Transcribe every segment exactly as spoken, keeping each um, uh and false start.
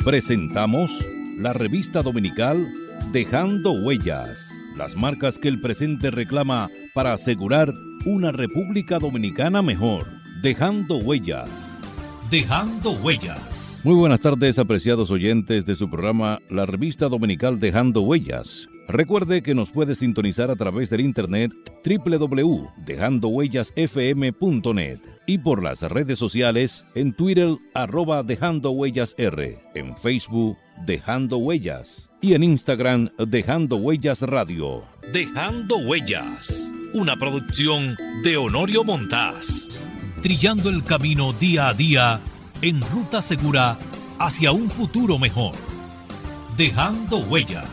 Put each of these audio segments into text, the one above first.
Presentamos la revista dominical Dejando Huellas, las marcas que el presente reclama para asegurar una República Dominicana mejor. Dejando Huellas. Dejando Huellas. Muy buenas tardes, apreciados oyentes de su programa La Revista Dominical Dejando Huellas. Recuerde que nos puede sintonizar a través del internet doble u doble u doble u punto dejando huellas f m punto net y por las redes sociales en Twitter arroba Dejando Huellas R, en Facebook Dejando Huellas y en Instagram Dejando Huellas Radio. Dejando Huellas, una producción de Honorio Montás, trillando el camino día a día en ruta segura hacia un futuro mejor. Dejando Huellas.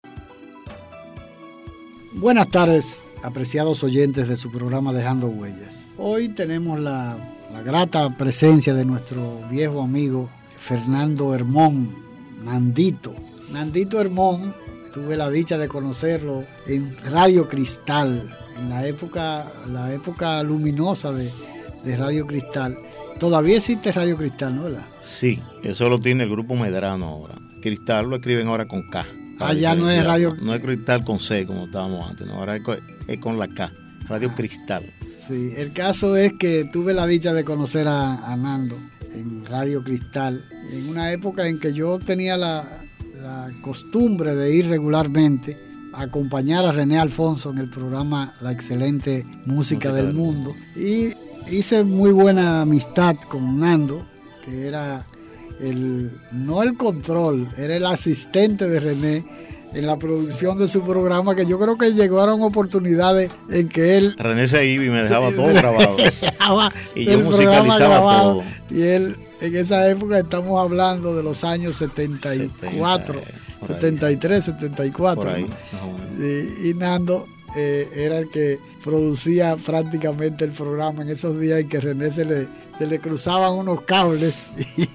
Buenas tardes, apreciados oyentes de su programa Dejando Huellas. Hoy tenemos la, la grata presencia de nuestro viejo amigo Fernando Hermón, Nandito. Nandito Hermón, tuve la dicha de conocerlo en Radio Cristal, en la época, la época luminosa de, de Radio Cristal. Todavía existe Radio Cristal, ¿no? ¿Verdad? Sí, eso lo tiene el Grupo Medrano ahora. Cristal lo escriben ahora con K. Ah, ya no es Radio... No es Cristal con C como estábamos antes, no, ahora es con, es con la K, Radio Cristal. Sí, el caso es que tuve la dicha de conocer a, a Nando en Radio Cristal, en una época en que yo tenía la, la costumbre de ir regularmente a acompañar a René Alfonso en el programa La Excelente Música, Música del, del Mundo. Y hice muy buena amistad con Nando, que era... El, no el control, era el asistente de René en la producción de su programa, que yo creo que llegaron oportunidades en que él... René se iba y me dejaba sí, todo grabado. Y yo el musicalizaba grabado, todo. Y él, en esa época estamos hablando de los años setenta y cuatro, setenta, setenta y tres, setenta y cuatro. Por ahí, ¿no? y, y Nando eh, era el que producía prácticamente el programa en esos días en que René se le... se le cruzaban unos cables.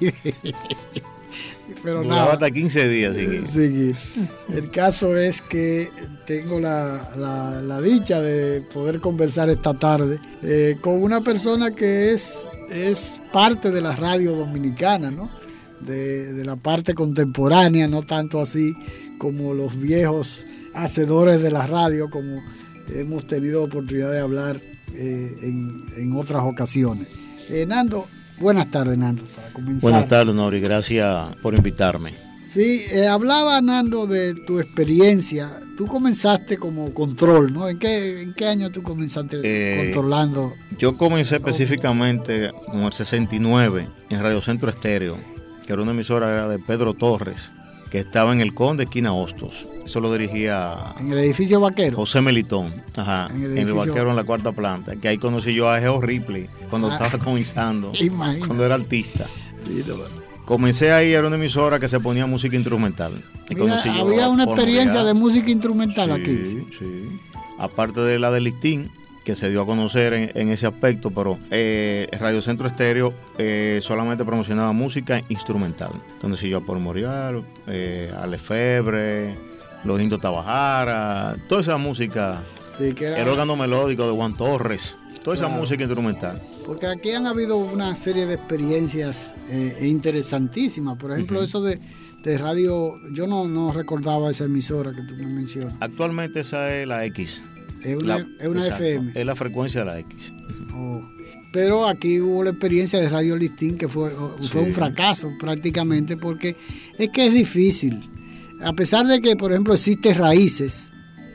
Pero duraba nada, hasta quince días seguir. seguir. El caso es que tengo la, la, la dicha de poder conversar esta tarde eh, con una persona que es, es parte de la radio dominicana, ¿no? De, de la parte contemporánea, no tanto así como los viejos hacedores de la radio, como hemos tenido oportunidad de hablar eh, en, en otras ocasiones. Eh, Nando, buenas tardes, Nando, para comenzar. Buenas tardes, Nori, gracias por invitarme. Sí, eh, hablaba, Nando, de tu experiencia. Tú comenzaste como control, ¿no? ¿En qué, en qué año tú comenzaste eh, controlando? Yo comencé específicamente con el sesenta y nueve en Radio Centro Estéreo, que era una emisora de Pedro Torres, que estaba en el Conde, esquina Hostos. Eso lo dirigía... ¿En el edificio Vaquero? José Melitón, ajá, en el, en el Vaquero, en la cuarta planta, que ahí conocí yo a Geo Ripley, cuando ah, estaba comenzando, imagina. Cuando era artista. Sí, no. Comencé ahí, era una emisora que se ponía música instrumental. Mira, había una experiencia Morreal. de música instrumental sí, aquí. Sí, sí. Aparte de la de Listín, que se dio a conocer en, en ese aspecto, pero eh, Radio Centro Estéreo eh, solamente promocionaba música instrumental. Conocí yo a Paul Morial, eh, a Lefebvre, Los Indos Tabajara, toda esa música, sí, que era... el órgano melódico de Juan Torres, toda claro. esa música instrumental. Porque aquí han habido una serie de experiencias eh, interesantísimas. Por ejemplo, uh-huh. eso de, de radio, yo no, no recordaba esa emisora que tú me mencionas. Actualmente esa es la X. Es una, la, es una F M. Es la frecuencia de la X. Oh. Pero aquí hubo la experiencia de Radio Listín, que fue, fue sí. un fracaso prácticamente, porque es que es difícil. A pesar de que, por ejemplo, existe Raíces,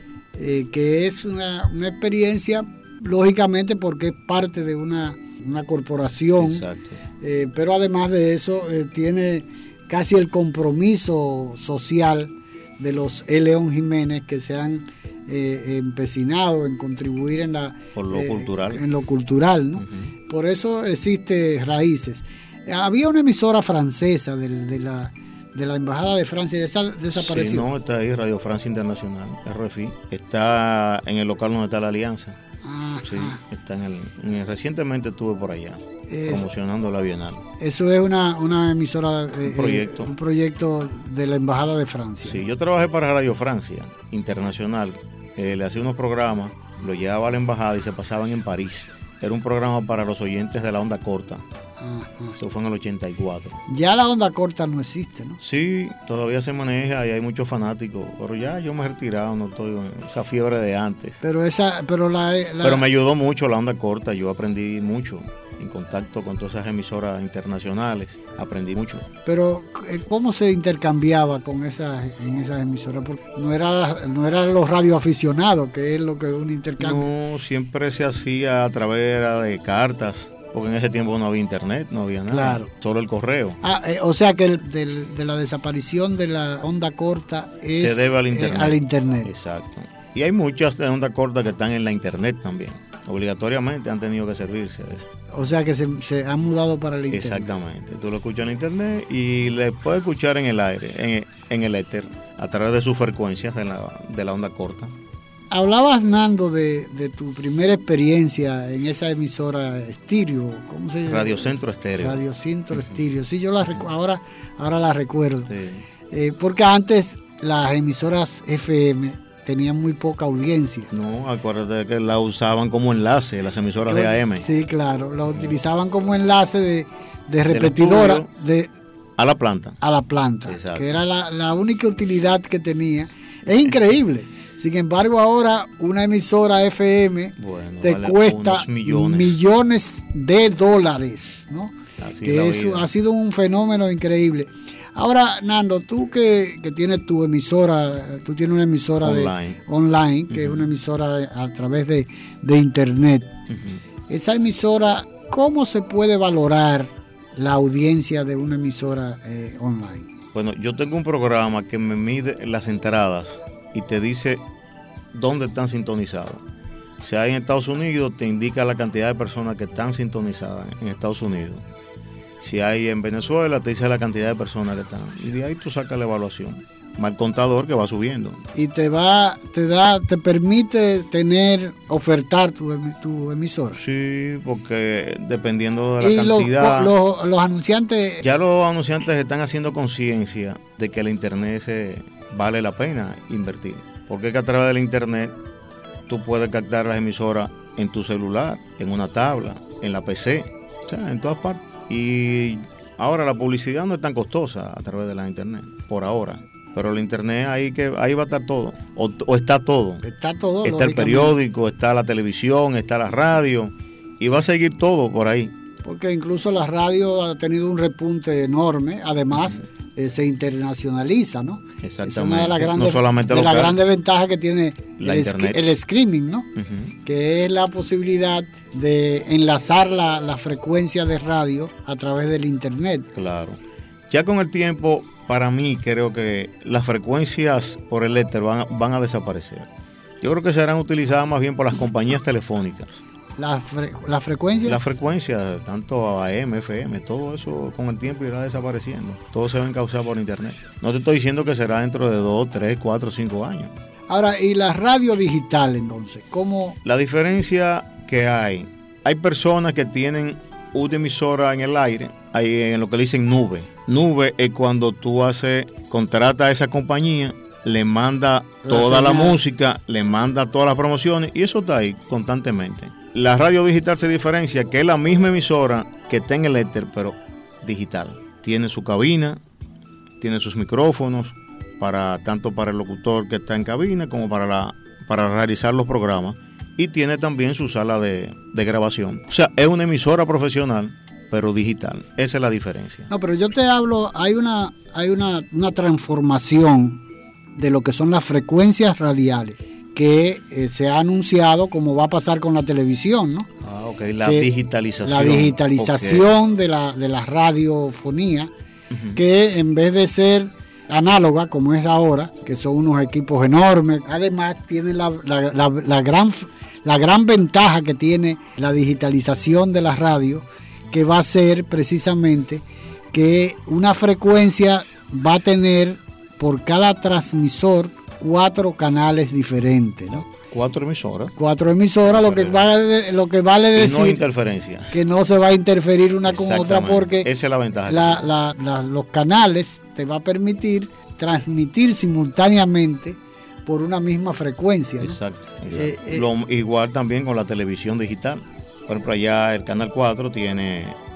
eh, que es una, una experiencia, lógicamente, porque es parte de una, una corporación. Exacto. Eh, pero además de eso, eh, tiene casi el compromiso social de los E. León Jiménez, que se han eh, empecinado en contribuir en la por lo eh, cultural en lo cultural, ¿no? Uh-huh. Por eso existe Raíces. Había una emisora francesa de, de la de la embajada de Francia, esa desapareció. Sí, no, está ahí Radio Francia Internacional, R F I, está en el local donde está la Alianza. Ajá. Sí, está en el, en el recientemente estuve por allá es, promocionando la Bienal. Eso es una, una emisora, un eh, proyecto, un proyecto de la embajada de Francia. Sí, yo trabajé para Radio Francia Internacional, eh, le hacía unos programas, lo llevaba a la embajada y se pasaban en París. Era un programa para los oyentes de la onda corta. Ajá. Eso fue en el ochenta y cuatro. Ya la onda corta no existe, ¿no? Sí, todavía se maneja y hay muchos fanáticos, pero ya yo me he retirado, no estoy en esa fiebre de antes. Pero esa, pero la, la... Pero me ayudó mucho la onda corta, yo aprendí mucho en contacto con todas esas emisoras internacionales, aprendí mucho. Pero ¿cómo se intercambiaba con esas en esas emisoras? Porque no era no eran los radioaficionados, que es lo que un intercambio. No, siempre se hacía a través de cartas, porque en ese tiempo no había internet, no había nada, claro. Solo el correo. Ah, eh, o sea que el, del, de la desaparición de la onda corta es, se debe al internet. Eh, al internet. Exacto. Y hay muchas de onda corta que están en la internet también. Obligatoriamente han tenido que servirse de eso. O sea que se, se han mudado para el internet. Exactamente. Tú lo escuchas en internet y le puedes escuchar en el aire, en, en el éter, a través de sus frecuencias de la, de la onda corta. Hablabas, Nando, de, de tu primera experiencia en esa emisora estéreo. ¿Cómo se llama? Radio Centro Estéreo. Radio Centro uh-huh. Estéreo. Sí, yo la recu- ahora, ahora la recuerdo. Sí. Eh, porque antes las emisoras F M tenían muy poca audiencia. No, acuérdate que la usaban como enlace, las emisoras Entonces, de A M. Sí, claro, la utilizaban como enlace de, de repetidora de, a la planta. A la planta, exacto. Que era la, la única utilidad que tenía. Es increíble. Sin embargo, ahora una emisora F M bueno, te vale cuesta millones. millones de dólares, ¿no? Así que eso ha sido un fenómeno increíble. Ahora, Nando, tú que, que tienes tu emisora, tú tienes una emisora online, de, online que uh-huh. es una emisora a través de, de internet. Uh-huh. Esa emisora, ¿cómo se puede valorar la audiencia de una emisora eh, online? Bueno, yo tengo un programa que me mide las entradas y te dice dónde están sintonizadas. Si hay en Estados Unidos, te indica la cantidad de personas que están sintonizadas en Estados Unidos. Si hay en Venezuela, te dice la cantidad de personas que están. Y de ahí tú sacas la evaluación. Más el contador que va subiendo. Y te va, te da, te permite tener, ofertar tu, tu emisora. Sí, porque dependiendo de la y cantidad. Los, los, los anunciantes. Ya los anunciantes están haciendo conciencia de que el internet se vale la pena invertir. Porque es que a través del internet tú puedes captar las emisoras en tu celular, en una tabla, en la P C, o sea, en todas partes. Y ahora la publicidad no es tan costosa a través de la internet, por ahora. Pero el internet ahí que ahí va a estar todo, o, o está todo. Está todo. Está el periódico, está la televisión, está la radio, y va a seguir todo por ahí. Porque incluso la radio ha tenido un repunte enorme, además uh-huh. eh, se internacionaliza, ¿no? Exactamente. Es una de las grandes, no solamente de la grande ventaja que tiene la el, internet. el streaming, ¿no? Uh-huh. Que es la posibilidad de enlazar la, la frecuencia de radio a través del internet. Claro. Ya con el tiempo, para mí creo que las frecuencias por el éter van, van a desaparecer. Yo creo que serán utilizadas más bien por las compañías telefónicas. Las fre la frecuencias. Las frecuencias, tanto A M, F M, todo eso con el tiempo irá desapareciendo. Todo se va a encauzar por internet. No te estoy diciendo que será dentro de dos, tres, cuatro, cinco años. Ahora, ¿y la radio digital entonces? ¿Cómo? La diferencia que hay, hay personas que tienen una emisora en el aire, hay en lo que le dicen nube. Nube es cuando tú haces, contratas a esa compañía, le manda toda la, la música, le manda todas las promociones y eso está ahí constantemente. La radio digital se diferencia que es la misma emisora que está en el éter, pero digital. Tiene su cabina, tiene sus micrófonos, para tanto para el locutor que está en cabina como para, la, para realizar los programas. Y tiene también su sala de, de grabación. O sea, es una emisora profesional, pero digital. Esa es la diferencia. No, pero yo te hablo, hay una, hay una, una transformación de lo que son las frecuencias radiales, que eh, se ha anunciado como va a pasar con la televisión, ¿no? Ah, ok, la que digitalización. La digitalización okay. de, la, de la radiofonía, uh-huh. que en vez de ser análoga como es ahora, que son unos equipos enormes, además tiene la, la, la, la, gran, la gran ventaja que tiene la digitalización de la radio, que va a ser precisamente que una frecuencia va a tener por cada transmisor cuatro canales diferentes, ¿no? Cuatro emisoras. Cuatro emisoras, lo que vale, lo que vale decir no interferencia. Que no se va a interferir una con otra porque esa es la ventaja. La, la, la, los canales te va a permitir transmitir simultáneamente por una misma frecuencia, ¿no? Exacto. exacto. Eh, eh, lo, igual también con la televisión digital. Por ejemplo, allá el canal cuatro tiene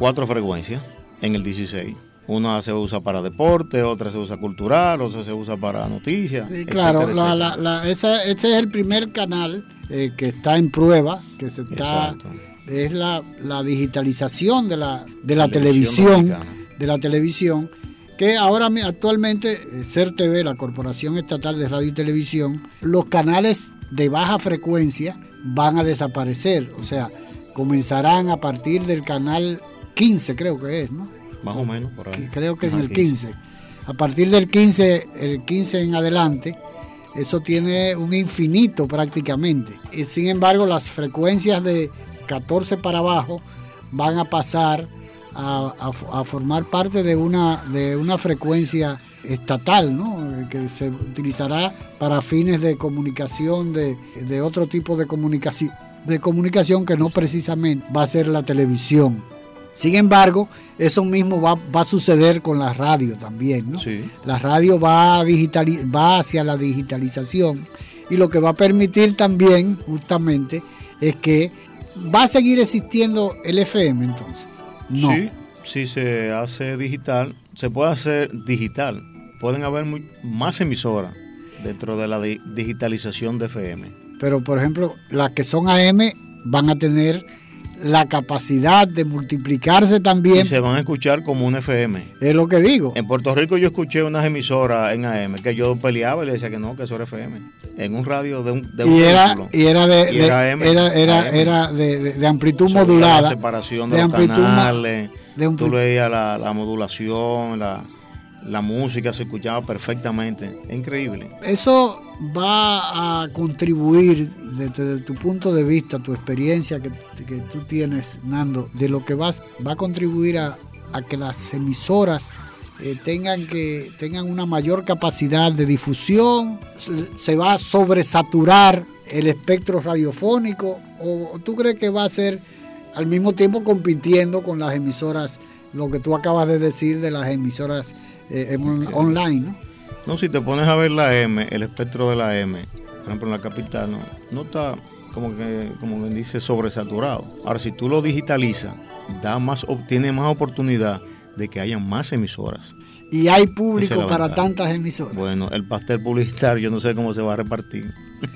cuatro frecuencias en el dieciséis. Una se usa para deporte, otra se usa cultural, otra se usa para noticias. Sí, claro, etcétera, la, etcétera. la, la, esa, este es el primer canal eh, que está en prueba, que se está, Exacto. es la, la digitalización de la, de la Televisión televisión, de la televisión, que ahora mi- actualmente eh, C E R T V, la Corporación Estatal de Radio y Televisión, los canales de baja frecuencia van a desaparecer, o sea, comenzarán a partir del canal quince, creo que es, ¿no? Más o menos por ahí. Creo que en Ajá, el quince. A partir del quince, el quince en adelante, eso tiene un infinito prácticamente. Y sin embargo, las frecuencias de catorce para abajo van a pasar a, a- a formar parte de una, de una frecuencia estatal, ¿no? Que se utilizará para fines de comunicación, de, de otro tipo de comunicación, de comunicación que no precisamente va a ser la televisión. Sin embargo, eso mismo va, va a suceder con la radio también, ¿no? Sí. La radio va, a digitali- va hacia la digitalización y lo que va a permitir también, justamente, es que va a seguir existiendo el F M entonces. No. Sí, si se hace digital, se puede hacer digital. Pueden haber muy- más emisoras dentro de la di- digitalización de F M. Pero, por ejemplo, las que son A M van a tener la capacidad de multiplicarse también. Y se van a escuchar como un F M. Es lo que digo. En Puerto Rico yo escuché unas emisoras en A M que yo peleaba y le decía que no, que eso era F M. En un radio de un, de un Y era, vehículo. y era de, Y de- era M, era, era, A M. era de, de- de amplitud Se veía modulada. La separación de, de los amplitud mo- canales. de Tú ampli- veías la, la modulación, la, la música se escuchaba perfectamente. Es increíble. Eso va a contribuir desde tu punto de vista, tu experiencia que, que tú tienes, Nando, de lo que vas, va a contribuir a, a que las emisoras eh, tengan que tengan una mayor capacidad de difusión, se- se va a sobresaturar el espectro radiofónico, o tú crees que va a ser al mismo tiempo compitiendo con las emisoras, lo que tú acabas de decir de las emisoras eh, en- Ok. online, ¿no? No, si te pones a ver la M, el espectro de la M, por ejemplo en la capital, no, no está como que, como que dice, sobresaturado. Ahora, si tú lo digitalizas, da más, op- tiene más oportunidad de que haya más emisoras. Y hay Esa público es la para ventaja. tantas emisoras. Bueno, el pastel publicitario yo no sé cómo se va a repartir.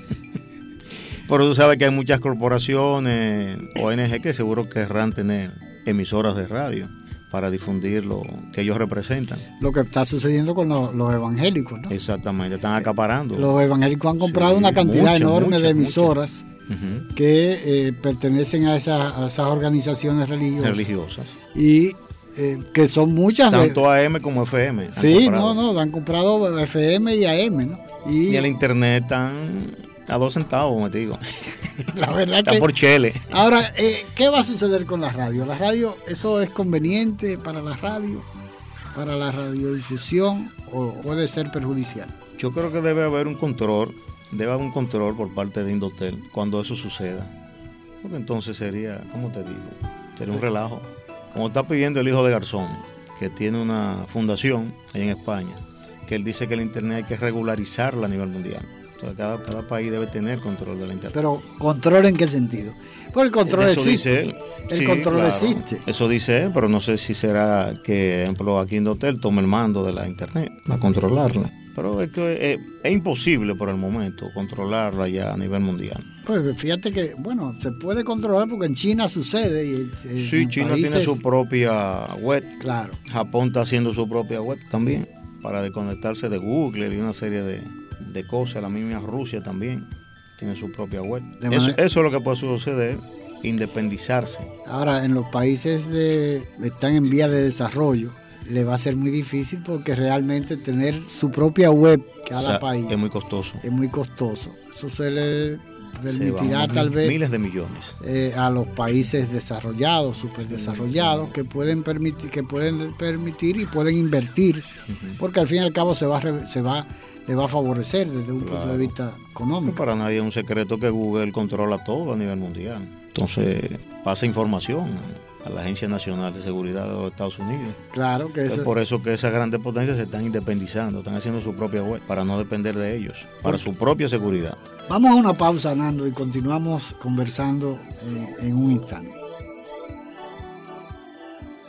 Pero tú sabes que hay muchas corporaciones, O N G, que seguro querrán tener emisoras de radio para difundir lo que ellos representan. Lo que está sucediendo con los, los evangélicos, ¿no? Exactamente, están acaparando. Los evangélicos han comprado Sí, una cantidad muchas, enorme muchas, de muchas. emisoras Ujú. que eh, pertenecen a, esas- a esas organizaciones religiosas Religiosas. y eh, que son muchas de- Tanto A M como F M. han sí, comprado. no, no, han comprado F M y A M, ¿no? Y, Y el internet están a dos centavos, me digo. la verdad Están que por chele. ahora, eh, ¿qué va a suceder con la radio? ¿La radio, eso es conveniente para la radio, para la radiodifusión o puede ser perjudicial? Yo creo que debe haber un control, debe haber un control por parte de Indotel cuando eso suceda. Porque entonces sería, ¿cómo te digo? Sería un relajo. Como está pidiendo el hijo de Garzón, que tiene una fundación allá en España, que él dice que el internet hay que regularizarla a nivel mundial. Entonces cada, cada país debe tener control de la internet. Pero, ¿control en qué sentido? Pues el control Eso existe. dice él. El Sí, control claro. existe. Eso dice él, pero no sé si será que, por ejemplo, aquí en Indotel tome el mando de la internet a controlarla. Pero es que es, es imposible por el momento controlarla ya a nivel mundial. Pues fíjate que, bueno, se puede controlar porque en China sucede. Y en Sí, China países, tiene su propia web. Claro. Japón está haciendo su propia web también para desconectarse de Google y una serie de, de cosas. La misma Rusia también tiene su propia web. De Eso, manera- eso es lo que puede suceder, independizarse. Ahora, en los países de, están en vía de desarrollo, le va a ser muy difícil porque realmente tener su propia web cada O sea, país es muy costoso. es muy costoso. Eso se le Se permitirá van tal mil- vez miles de millones. eh, a los países desarrollados, superdesarrollados, que pueden permitir, que pueden permitir y pueden invertir, Ujú. porque al fin y al cabo se va, a re- se va, le va a favorecer desde un punto de Claro. vista No económico. para nadie es un secreto que Google controla todo a nivel mundial. Entonces pasa información a la Agencia Nacional de Seguridad de los Estados Unidos. Claro que Es eso. por eso que esas grandes potencias se están independizando, están haciendo su propia web para no depender de ellos, para su propia seguridad. Vamos a una pausa, Nando, y continuamos conversando eh, en un instante.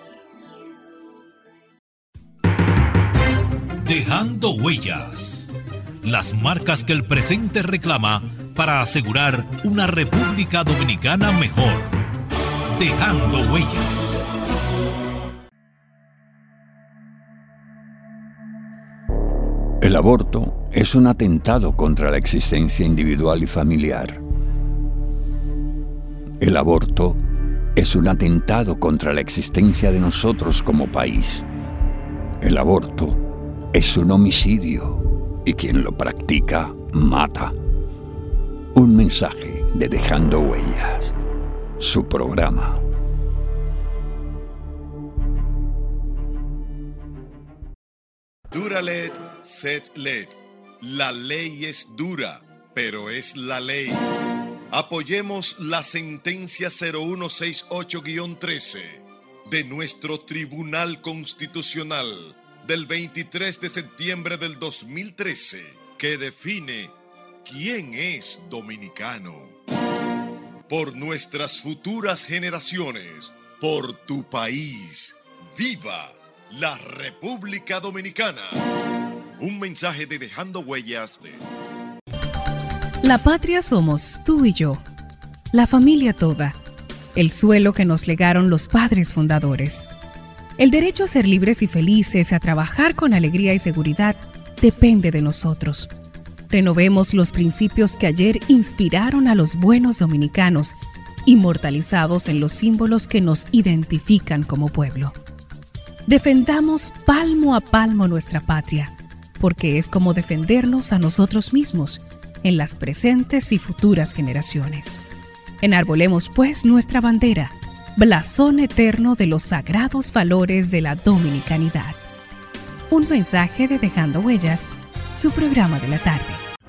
Dejando huellas. Las marcas que el presente reclama para asegurar una República Dominicana mejor. Dejando huellas. El aborto es un atentado contra la existencia individual y familiar. El aborto es un atentado contra la existencia de nosotros como país. El aborto es un homicidio y quien lo practica mata. Un mensaje de Dejando Huellas, su programa. Duralet, Setlet. La ley es dura, pero es la ley. Apoyemos la sentencia cero uno sesenta y ocho guión trece de nuestro Tribunal Constitucional del veintitrés de septiembre del dos mil trece, que define quién es dominicano. Por nuestras futuras generaciones, por tu país, ¡viva la República Dominicana! Un mensaje de Dejando Huellas de... La patria somos tú y yo, la familia toda, el suelo que nos legaron los padres fundadores. El derecho a ser libres y felices, a trabajar con alegría y seguridad, depende de nosotros. Renovemos los principios que ayer inspiraron a los buenos dominicanos, inmortalizados en los símbolos que nos identifican como pueblo. Defendamos palmo a palmo nuestra patria, porque es como defendernos a nosotros mismos, en las presentes y futuras generaciones. Enarbolemos pues nuestra bandera, blasón eterno de los sagrados valores de la dominicanidad. Un mensaje de Dejando Huellas, su programa de la tarde.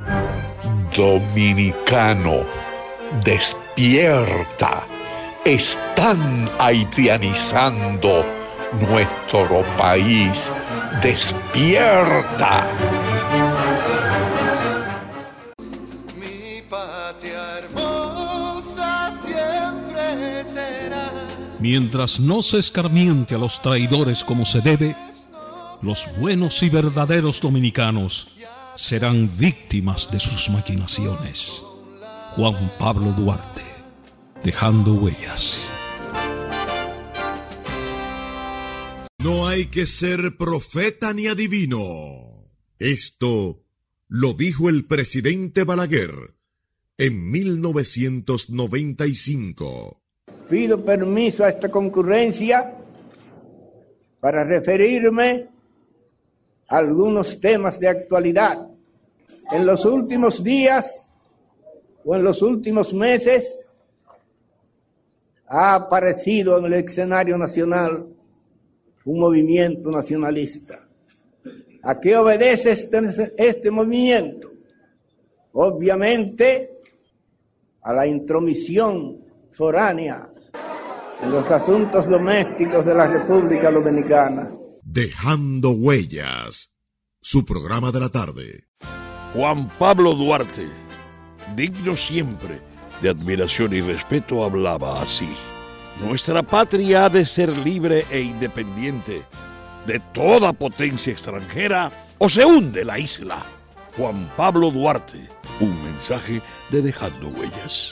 Dominicano, despierta. Están haitianizando nuestro país. Despierta. Mientras no se escarmiente a los traidores como se debe, los buenos y verdaderos dominicanos serán víctimas de sus maquinaciones. Juan Pablo Duarte, Dejando Huellas. No hay que ser profeta ni adivino. Esto lo dijo el presidente Balaguer en mil novecientos noventa y cinco. Pido permiso a esta concurrencia para referirme a algunos temas de actualidad. En los últimos días o en los últimos meses ha aparecido en el escenario nacional un movimiento nacionalista. ¿A qué obedece este, este movimiento? Obviamente a la intromisión foránea en los asuntos domésticos de la República Dominicana. Dejando Huellas, su programa de la tarde. Juan Pablo Duarte, digno siempre de admiración y respeto, hablaba así: nuestra patria ha de ser libre e independiente de toda potencia extranjera o se hunde la isla. Juan Pablo Duarte, un mensaje de Dejando Huellas.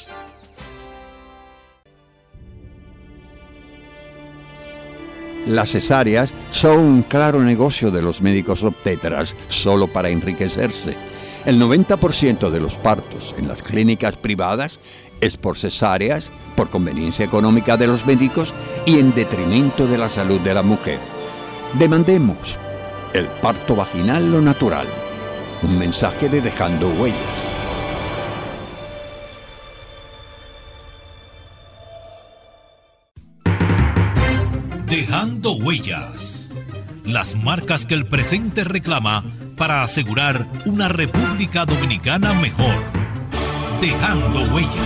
Las cesáreas son un claro negocio de los médicos obstetras solo para enriquecerse. El noventa por ciento de los partos en las clínicas privadas es por cesáreas, por conveniencia económica de los médicos y en detrimento de la salud de la mujer. Demandemos el parto vaginal lo natural. Un mensaje de Dejando Huellas. Dejando Huellas. Las marcas que el presente reclama para asegurar una República Dominicana mejor. Dejando Huellas.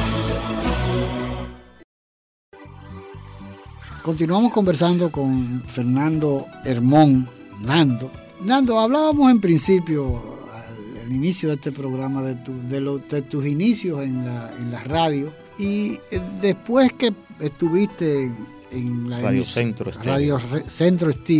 Continuamos conversando con Fernando Hermón, Nando. Nando, hablábamos en principio, al, al inicio de este programa, de, tu, de, lo, de tus inicios en la, en la radio, y después que estuviste en la Radio Centro Estéreo. Radio Re, Centro Estéreo,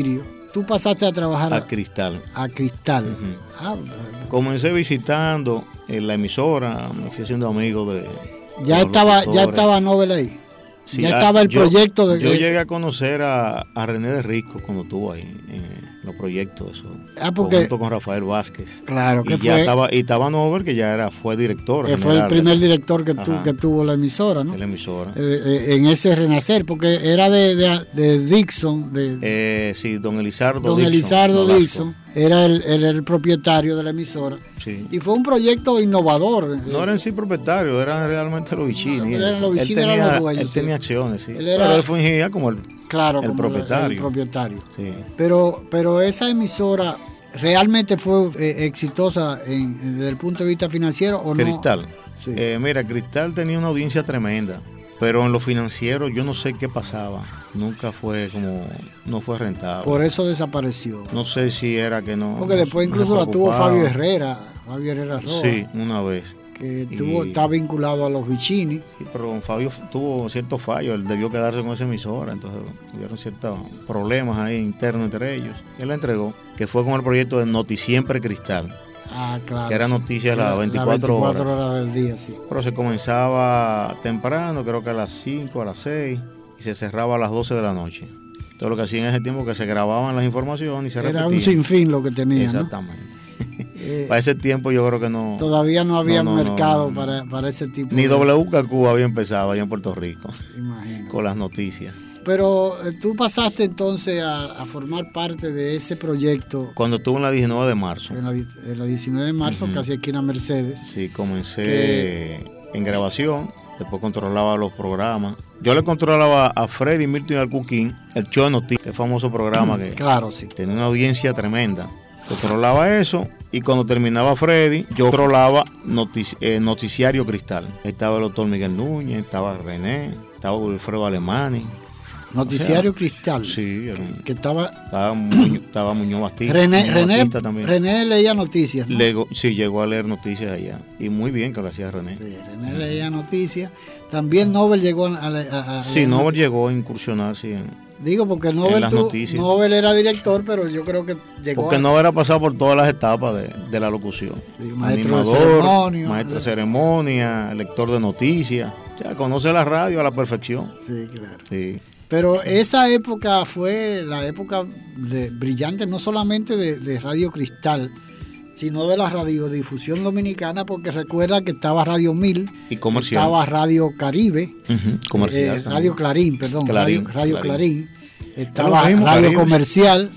tú pasaste a trabajar a, a, Cristal. A Cristal. Uh-huh. ah, Comencé visitando en la emisora, me fui haciendo amigo de... Ya de estaba ya estaba Nobel ahí. Sí, ya estaba el yo, proyecto de... Yo llegué a conocer a, a René de Risco cuando estuvo ahí en los proyectos, eso, ah, porque, junto con Rafael Vázquez. Claro, que y fue... Ya estaba, y estaba Nobel, que ya era, fue director. Que fue el primer de, director que, tu, que tuvo la emisora, ¿no? De la emisora. Eh, eh, en ese renacer, porque era de, de, de Dixon. De, eh, sí, don Elizardo Don Dixon. Elizardo no, Dixon. Era el, el, el propietario de la emisora. Sí. Y fue un proyecto innovador. No eran sí propietarios, eran realmente los Vicini. No, eran los Vicini, él tenía, eran los dueños. Él sí. tenía acciones, sí. Él era, pero él fungía como el, claro, el como propietario. El, el propietario. Sí. Pero, pero esa emisora realmente fue eh, exitosa en, desde el punto de vista financiero, ¿o Cristal. no? Sí. Eh, mira, Cristal tenía una audiencia tremenda. Pero en lo financiero yo no sé qué pasaba. Nunca fue como, no fue rentable. Por eso desapareció. No sé si era que no. Porque después no incluso la tuvo Fabio Herrera, Fabio Herrera Roa. Sí, una vez. Que tuvo, y, está vinculado a los Vicini. Sí, pero don Fabio tuvo ciertos fallos, él debió quedarse con esa emisora, entonces tuvieron ciertos problemas ahí internos entre ellos. Él la entregó, que fue con el proyecto de Noticiempre Cristal. Ah, claro. Que era sí. noticias las veinticuatro, veinticuatro horas. horas del día, sí. Pero se comenzaba temprano, creo que a las cinco, a las seis, y se cerraba a las doce de la noche. Todo lo que hacía en ese tiempo que se grababan las informaciones y se Era repetían. un sinfín lo que tenía. Exactamente. ¿no? eh, para ese tiempo yo creo que no. Todavía no había no, no, mercado no, no. Para, para ese tipo Ni de... W K Q había empezado allá en Puerto Rico. Imagino. Con las noticias. Pero eh, tú pasaste entonces a, a formar parte de ese proyecto. Cuando estuve en la diecinueve de marzo. En la, en la diecinueve de marzo, uh-huh. casi aquí en Mercedes. Sí, comencé que... en grabación, después controlaba los programas. Yo le controlaba a Freddy Milton y al Cuquín el show de noticias, el famoso programa que claro, sí. tenía una audiencia tremenda. Controlaba eso y cuando terminaba Freddy, yo controlaba notici- eh, Noticiario Cristal. Ahí estaba el doctor Miguel Núñez, estaba René, estaba Wilfredo Alemani. Noticiario o sea, Cristal. Sí, era un, que estaba estaba Muñoz, estaba Muñoz Bastista. René, Muñoz René, Bastista también. René leía noticias, ¿no? Lego, sí, llegó a leer noticias allá. Y muy bien que lo hacía René. Sí, René leía noticias. También Nobel llegó a... a, a sí, Nobel not- llegó a incursionar, sí. En, Digo, porque Nobel, tu, Nobel era director, pero yo creo que llegó... Porque a... Nobel ha pasado por todas las etapas de, de la locución. Sí, maestro Animador, de ceremonia. Maestro de ceremonia, lector de noticias. O sea, conoce la radio a la perfección. Sí, claro. Sí. Pero esa época fue la época de, brillante, no solamente de, de Radio Cristal, sino de la radiodifusión dominicana, porque recuerda que estaba Radio Mil, y comercial. Estaba Radio Caribe, uh-huh, comercial, eh, Radio Clarín, perdón, Clarín, Radio, Radio Clarín. Clarín, estaba mismo, Radio Caribe. Comercial,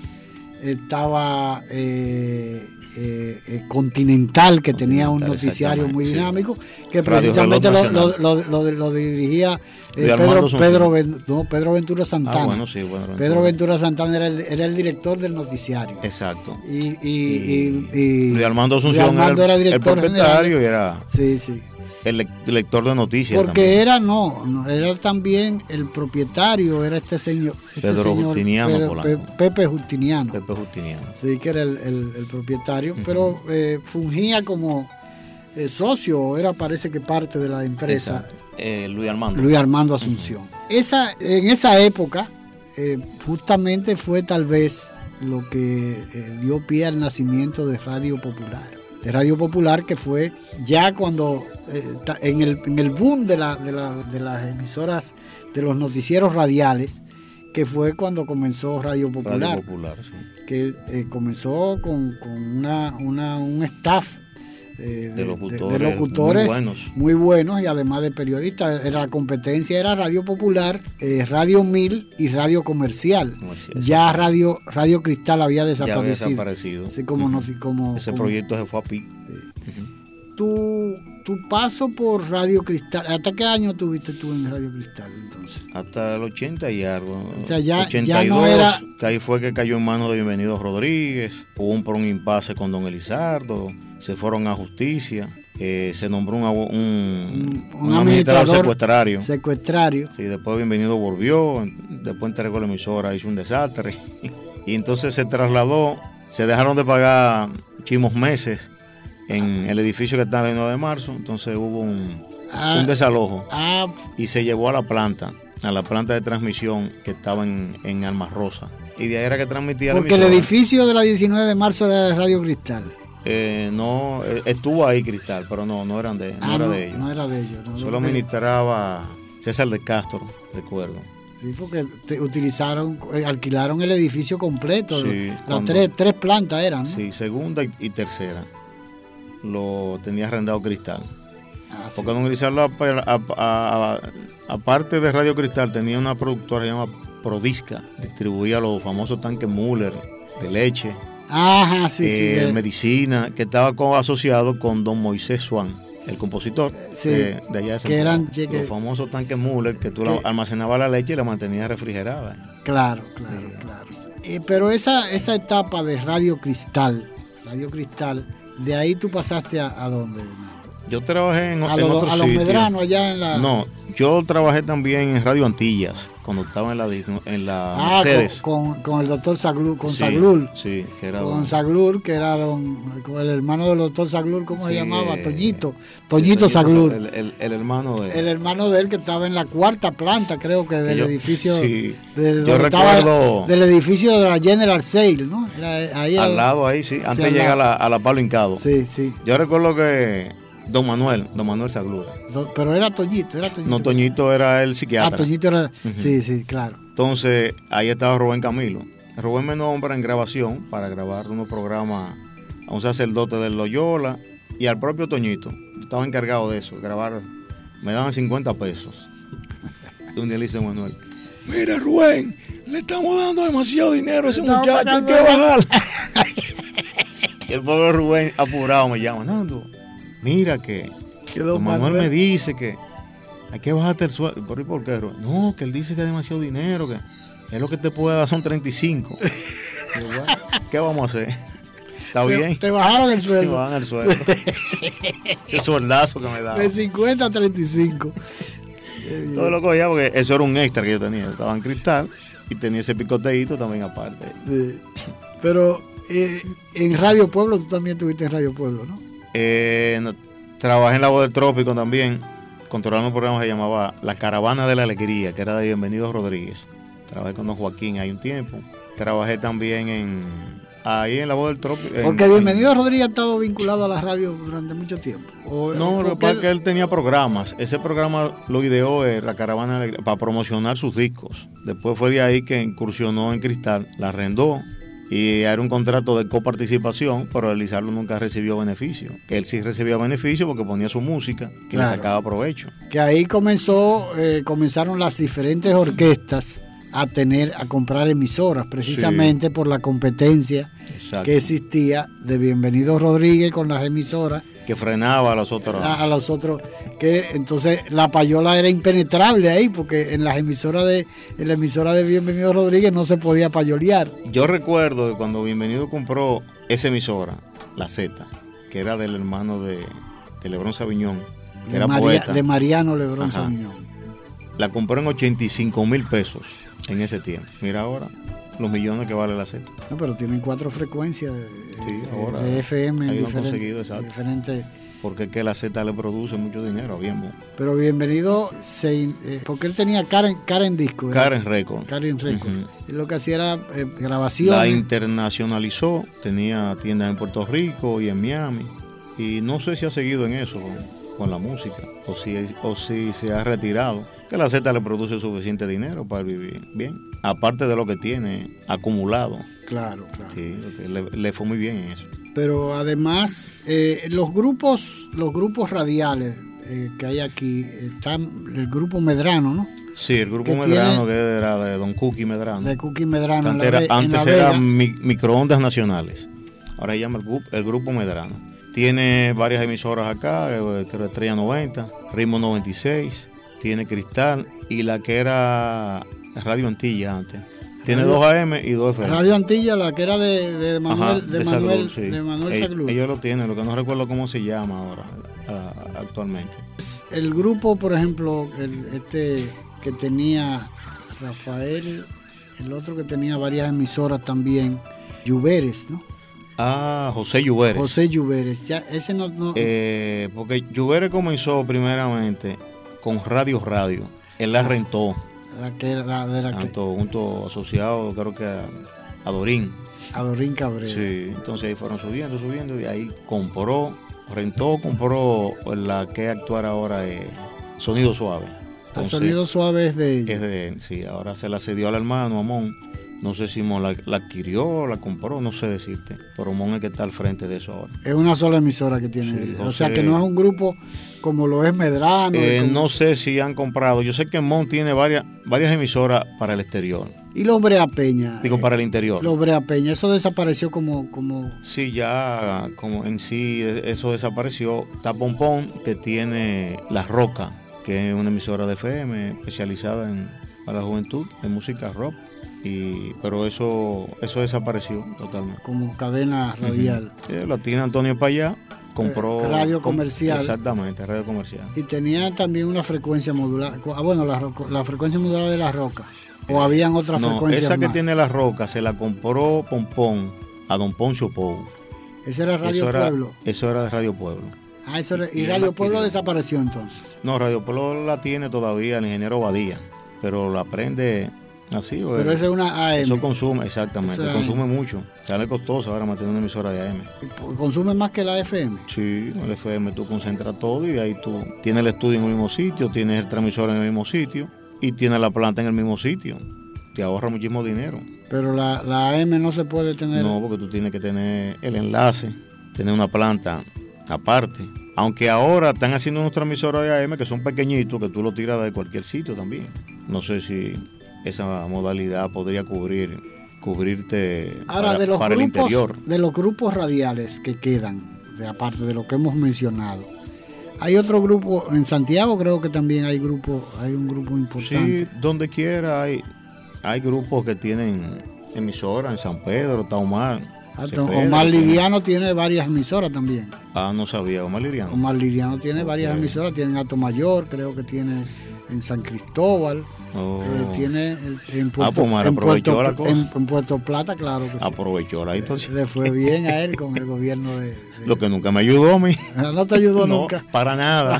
estaba eh, eh, eh, Continental, que Continental, tenía un noticiario muy dinámico, sí. que Radio precisamente lo, lo, lo, lo, lo dirigía eh, Pedro, Pedro, no, Pedro Ventura Santana. Ah, bueno, sí, bueno, Pedro Ventura Santana era el, era el director del noticiario. Exacto. Y, y, y, y, y Luis Armando Asunción Armando era, era el propietario y era sí, sí. el lector de noticias. Porque también. era, no, no, era también el propietario, era este señor. Este Pedro señor, Justiniano. Pedro, Pe, Pepe Justiniano. Pepe Justiniano. Sí, que era el, el, el propietario, uh-huh. pero eh, fungía como eh, socio, era parece que parte de la empresa. Eh, Luis Armando. Luis Armando Asunción. Uh-huh. Esa, en esa época, eh, justamente fue tal vez lo que eh, dio pie al nacimiento de Radio Popular. De Radio Popular, que fue ya cuando eh, en, el, en el boom de, la, de, la, de las emisoras, de los noticieros radiales, que fue cuando comenzó Radio Popular. Radio Popular, sí. Que eh, comenzó con, con una, una, un staff eh, de, de, locutores, de, de locutores muy buenos. muy buenos y además de periodistas. Era la competencia era Radio Popular, eh, Radio Mil y Radio Comercial. Comercial, ya Radio Radio Cristal había desaparecido. Ya había desaparecido. Así como, uh-huh. no, como ese como, proyecto se fue a pic. Sí. Uh-huh. Tu, tu paso por Radio Cristal, ¿hasta qué año tuviste tú en Radio Cristal entonces? Hasta el ochenta y algo. O sea, ya, ochenta y dos, ya no era... que ahí fue que cayó en manos de Bienvenido Rodríguez, hubo un, por un impasse con don Elizardo, se fueron a justicia, eh, se nombró un, un, un, un, un administrador secuestrario. Secuestrario. Sí, después Bienvenido volvió, después entregó la emisora, hizo un desastre. Y entonces se trasladó, se dejaron de pagar muchísimos meses en el edificio que está en el nueve de marzo, entonces hubo un, ah, un desalojo ah, y se llevó a la planta, a la planta de transmisión que estaba en, en Almas Rosa. Y de ahí era que transmitía Porque la el emisora. edificio de la diecinueve de marzo era de Radio Cristal. Eh, no, eh, estuvo ahí Cristal, pero no, no eran de, no Ah, era no, de ellos. no era de ellos. No, Solo no, ministraba César de Castro, recuerdo. Sí, porque te- utilizaron, eh, alquilaron el edificio completo. Sí, Las cuando- tres, tres plantas eran, ¿no? Sí, segunda y, y tercera. Lo tenía arrendado Cristal. Ah, sí. Porque don Grisal, a- a- a- aparte de Radio Cristal, tenía una productora llamada Prodisca. Distribuía los famosos tanques Müller de leche, Ajá, sí, sí. eh, eh, medicina, que estaba co- asociado con don Moisés Swan, el compositor Sí, de, de allá de que Santiago. eran- sí, que- los famosos tanques Müller, que tú que- la- almacenabas la leche y la mantenías refrigerada. Claro, claro, claro. Eh, pero esa, esa etapa de Radio Cristal, Radio Cristal, de ahí tú pasaste a, a dónde, Nando? Yo trabajé en, A en los, otro a los sitio. Medranos allá en la... No, yo trabajé también en Radio Antillas, cuando estaba en la, en la Ah, Mercedes. con, con, con el doctor Saglur, con Sí, Saglur. Sí, que era Con don- Saglur, que era don, con el hermano del doctor Saglur, ¿cómo se Sí, llamaba? eh, Toñito. sí, Toñito Saglur. El, el- el hermano de El hermano de él que estaba en la cuarta planta, creo que del yo- edificio. sí. del, Yo donde estaba- recuerdo- del edificio de la General Sale, ¿no? Era, ahí era- al lado ahí, sí, antes al llega a lado. la, a la Pablo Hincado. Sí, sí. Yo recuerdo que don Manuel, don Manuel Saglura. Do- pero era Toñito, era Toñito. No, Toñito era el Ah, psiquiatra. Toñito era. Ujú. Sí, sí, claro. Entonces, ahí estaba Rubén Camilo. Rubén me nombra en grabación para grabar unos programas a un sacerdote del Loyola y al propio Toñito. Yo estaba encargado de eso, grabar. Me daban cincuenta pesos. Y un día le dice a Manuel, mira Rubén, le estamos dando demasiado dinero a ese Estamos muchacho, hay pagando que demasiado". bajar. Y el pobre Rubén apurado me llama, Nando, mira que Que don Manuel me dice que hay que bajarte el sueldo. ¿Por, ¿y por qué, Rubén? No, que él dice que es demasiado dinero, que es lo que te puede dar son treinta y cinco. Y yo, bueno, ¿qué vamos a hacer? ¿Está Te, bien? te bajaron el Me sueldo. bajan el sueldo. Ese sueldazo que me daba. De cincuenta a treinta y cinco. Qué bien. Todo lo cogía porque eso era un extra que yo tenía. Estaba en Cristal y tenía ese picoteíto también aparte. Sí. Pero eh, en Radio Pueblo, tú también tuviste en Radio Pueblo, ¿no? Eh, no, trabajé en La Voz del Trópico también, controlando un programa que se llamaba La Caravana de la Alegría, que era de Bienvenido Rodríguez. Trabajé con don Joaquín ahí un tiempo. Trabajé también en ahí en La Voz del Trópico. en- Porque Bienvenido Rodríguez ha estado vinculado a la radio durante mucho tiempo. O- No, o lo que porque pasa él- es que él tenía programas. Ese programa lo ideó eh, La Caravana de la Alegría para promocionar sus discos. Después fue de ahí que incursionó en Cristal, la arrendó y era un contrato de coparticipación, pero Elizardo nunca recibió beneficio. Él sí recibía beneficio porque ponía su música que Claro. le sacaba provecho. que ahí comenzó, eh, comenzaron las diferentes orquestas a tener, a comprar emisoras, precisamente por la competencia Exacto. que existía de Bienvenido Rodríguez con las emisoras Que frenaba a los otros. a, a los otros, que entonces la payola era impenetrable ahí, porque en las emisoras de, en la emisora de Bienvenido Rodríguez no se podía payolear. Yo recuerdo que cuando Bienvenido compró esa emisora, la Z, que era del hermano de, de Lebrón Sabiñón, que De, era María- poeta, de Mariano Lebrón Ajá. Sabiñón. la compró en ochenta y cinco mil pesos en ese tiempo. Mira ahora los millones que vale la Z. No, pero tienen cuatro frecuencias de, Sí, de- ahora de F M en ahí lo han diferentes, conseguido, exacto. diferentes. Porque es que la Z le produce mucho dinero, bien. bueno. Pero Bienvenido, se, in- eh, porque él tenía Karen, Karen Disco. ¿verdad? Karen Record. Karen Record. Ujú. Él lo que hacía era eh, La grabaciones. internacionalizó, tenía tiendas en Puerto Rico y en Miami. Y no sé si ha seguido en eso con, con la música o si, o si se ha retirado. Que la Z le produce suficiente dinero para vivir bien. Aparte de lo que tiene acumulado. Claro, claro. Sí, porque le, le fue muy bien en eso. Pero además, eh, los grupos, los grupos radiales eh, que hay aquí, están el grupo Medrano, ¿no? Sí, el grupo Que Medrano, tiene- que era de Don Cookie Medrano. De Cookie Medrano. en Antes la era, Ve- en antes La era Vega. mi- microondas nacionales. Ahora se llama el, grupo- el grupo Medrano. Tiene varias emisoras acá, eh, creo Estrella noventa, Ritmo noventa y seis, tiene Cristal y la que era Radio Antilla antes. Tiene Radio- dos A M y dos F M. Radio Antilla, la que era de, de Ajá, Manuel, de, de Manuel, Saglur, sí. de Manuel Ell- Saglur. Ellos lo tienen, lo que no recuerdo cómo se llama ahora, ah, actualmente. El grupo, por ejemplo, el, este que tenía Rafael, el otro que tenía varias emisoras también, Lluveres, ¿no? Ah, José Lluveres. José Lluveres. Ya, ese no, no- Eh, porque Lluveres comenzó primeramente con Radio Radio. Él la rentó. La que, la, de la tanto que... junto asociado, creo que a, a Dorín. A Dorín Cabrera. Sí, entonces ahí fueron subiendo, subiendo, y ahí compró, rentó, compró la que actuar ahora es Sonido Suave. El Sonido Suave es de ella. Es de él, sí, ahora se la cedió al hermano, a Mon. No sé si Mon la, la adquirió, la compró, no sé decirte, pero Mon es que está al frente de eso ahora. Es una sola emisora que tiene sí, él. O sea que no es un grupo como lo es Medrano. Eh, como... No sé si han comprado. Yo sé que Mon tiene varias, varias emisoras para el exterior. ¿Y los Brea Peña? Digo, para el interior. Los Brea Peña, eso desapareció como, como... Sí, ya como en sí eso desapareció. Está Pompón, que tiene La Roca, que es una emisora de F M especializada en, para la juventud, en música rock. Y, pero eso eso desapareció totalmente. Como cadena radial. Uh-huh. Sí, la tiene Antonio Payá, compró... Eh, radio comercial. Exactamente, radio comercial. Y tenía también una frecuencia modulada. Ah, bueno, la, la frecuencia modulada de La Roca. ¿O habían otras no, frecuencias esa que más? tiene La Roca se la compró Pompón a Don Poncho Pou. ¿Ese era Radio eso Pueblo? Era, eso era de Radio Pueblo. Ah, eso era, ¿y, y Radio Pueblo desapareció entonces? No, Radio Pueblo la tiene todavía el ingeniero Badía, pero la prende... Así, pero bueno, eso es una A M. Eso consume, exactamente, eso consume mucho. Sale costoso ahora mantener una emisora de A M. ¿Consume más que la F M? Sí, el F M tú concentras todo y de ahí tú tienes el estudio en el mismo sitio, tienes el transmisor en el mismo sitio y tienes la planta en el mismo sitio. Te ahorra muchísimo dinero. Pero la, la A M no se puede tener... No, porque tú tienes que tener el enlace, tener una planta aparte. Aunque ahora están haciendo unos transmisores de A M que son pequeñitos, que tú lo tiras de cualquier sitio también. No sé si... esa modalidad podría cubrir cubrirte ahora, para, de los para grupos, el interior. De los grupos radiales que quedan, de aparte de lo que hemos mencionado, hay otro grupo, en Santiago creo que también hay grupo, hay un grupo importante. Sí, donde quiera hay, hay grupos que tienen emisoras, en San Pedro, Taumar. Omar Liriano tiene varias emisoras también. Ah, no sabía, Omar Liriano. Omar Liriano tiene okay. varias emisoras, tiene Alto Mayor, creo que tiene en San Cristóbal. Oh. Eh, tiene el, en, Puerto, ah, pues, man, en, Puerto, la cosa. En, en Puerto Plata, claro que sí. Aprovechó la entonces. Le fue bien a él con el gobierno de, de... Lo que nunca me ayudó a mí. No te ayudó no, nunca. Para nada.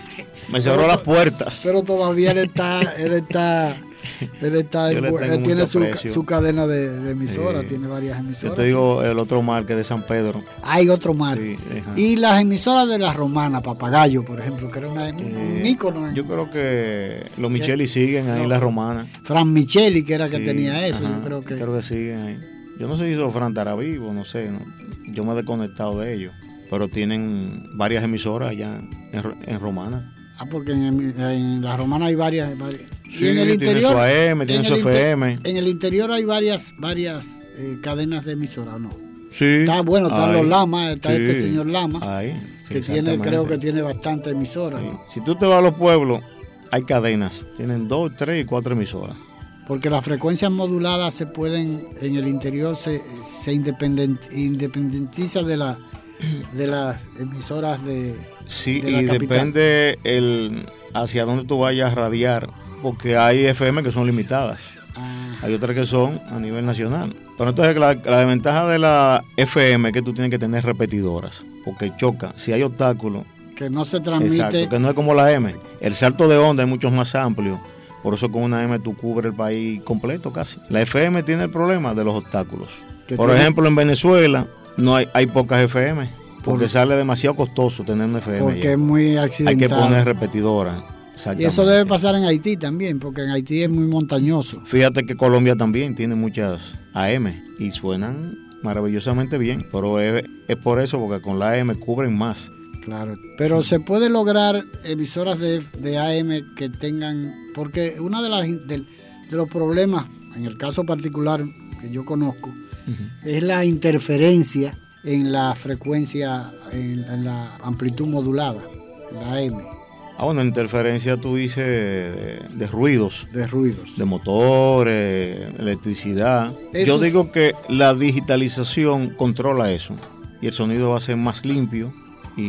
Me cerró las puertas. Pero todavía él está, él está, él está, en, él tiene su, su cadena de, de emisoras, sí. Tiene varias emisoras. Yo te digo sí. El otro mar que de San Pedro. Hay otro mar. Sí, y las emisoras de la Romana, Papagayo, por ejemplo, que era una, eh, un ícono. Yo creo que los Micheli siguen ahí en no, la Romana. Fran Micheli, que era sí, que tenía eso, ajá, yo creo que. Creo que siguen ahí. Yo no sé si hizo Fran Taravivo, no sé, no, yo me he desconectado de ellos, pero tienen varias emisoras allá en, en Romana. Ah, porque en, en la Romana hay varias. varias. Sí, y en el interior, tiene su A M, tiene su F M. Inter, en el interior hay varias varias eh, cadenas de emisoras, ¿no? Sí. Está bueno, están los Lamas, está sí, este señor Lama, ahí, sí, que tiene, creo que tiene bastantes emisoras. Sí. Si tú te vas a los pueblos, hay cadenas, tienen dos, tres y cuatro emisoras. Porque las frecuencias moduladas se pueden, en el interior se, se independent, independentiza de, la, de las emisoras de, sí, de la y capital. Depende el hacia dónde tú vayas a radiar, porque hay F M que son limitadas, ah. Hay otras que son a nivel nacional. Pero entonces la, la desventaja de la F M es que tú tienes que tener repetidoras, porque choca, si hay obstáculos. Que no se transmite. Exacto, que no es como la M. El salto de onda es mucho más amplio. Por eso con una M tú cubres el país completo casi. La F M tiene el problema de los obstáculos. Por tiene? ejemplo, en Venezuela no hay, hay pocas F M, porque Por... sale demasiado costoso tener una F M. Porque ya. es muy accidental. Hay que poner repetidoras. Y eso debe pasar en Haití también, porque en Haití es muy montañoso. Fíjate que Colombia también tiene muchas A M y suenan maravillosamente bien, pero es, es por eso, porque con la A M cubren más. Claro, pero se puede lograr emisoras de, de A M que tengan, porque uno de, las, de, de los problemas, en el caso particular que yo conozco, uh-huh. es la interferencia en la frecuencia, en, en la amplitud modulada, la A M. Ah, bueno, interferencia tú dices de, de ruidos. De ruidos. De motores, electricidad. Eso yo es... digo que la digitalización controla eso y el sonido va a ser más limpio. Y,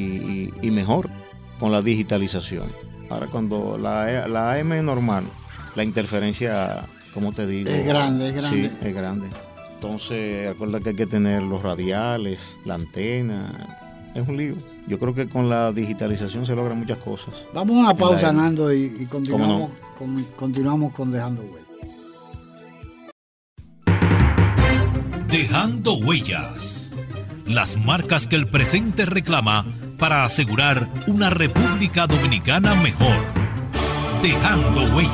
y, y mejor con la digitalización. Ahora cuando la, la A M es normal, la interferencia, como te digo, es grande, es grande. Sí, es grande. Entonces, recuerda que hay que tener los radiales, la antena, es un lío. Yo creo que con la digitalización se logran muchas cosas. Vamos a una pausa, la... Nando, y, y continuamos, no? con, continuamos con Dejando Huellas. Dejando Huellas. Las marcas que el presente reclama para asegurar una República Dominicana mejor. Dejando Huellas.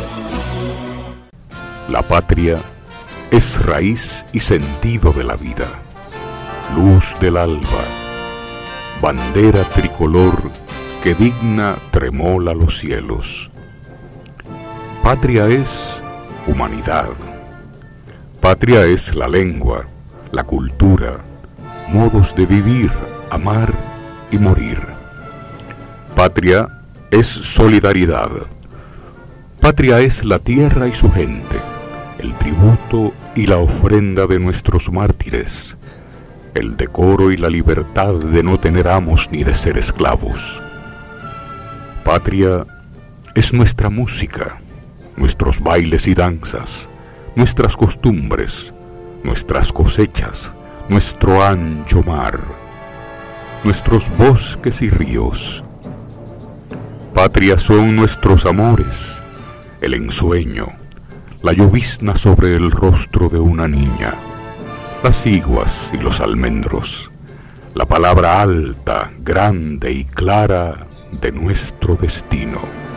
La patria es raíz y sentido de la vida, luz del alba, bandera tricolor que digna tremola los cielos. Patria es humanidad. Patria es la lengua, la cultura, modos de vivir, amar y morir. Patria es solidaridad. Patria es la tierra y su gente, el tributo y la ofrenda de nuestros mártires, el decoro y la libertad de no tener amos ni de ser esclavos. Patria es nuestra música, nuestros bailes y danzas, nuestras costumbres, nuestras cosechas, nuestro ancho mar, nuestros bosques y ríos. Patria son nuestros amores, el ensueño, la llovizna sobre el rostro de una niña, las iguas y los almendros, la palabra alta, grande y clara de nuestro destino.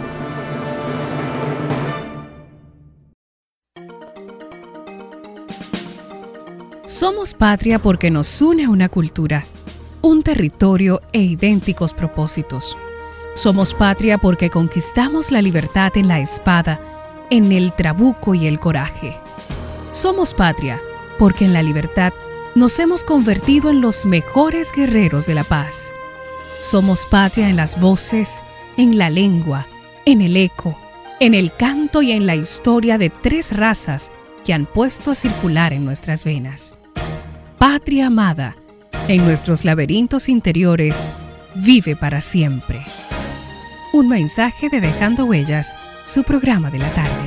Somos patria porque nos une una cultura, un territorio e idénticos propósitos. Somos patria porque conquistamos la libertad en la espada, en el trabuco y el coraje. Somos patria porque en la libertad nos hemos convertido en los mejores guerreros de la paz. Somos patria en las voces, en la lengua, en el eco, en el canto y en la historia de tres razas que han puesto a circular en nuestras venas. Patria amada, en nuestros laberintos interiores, vive para siempre. Un mensaje de Dejando Huellas, su programa de la tarde.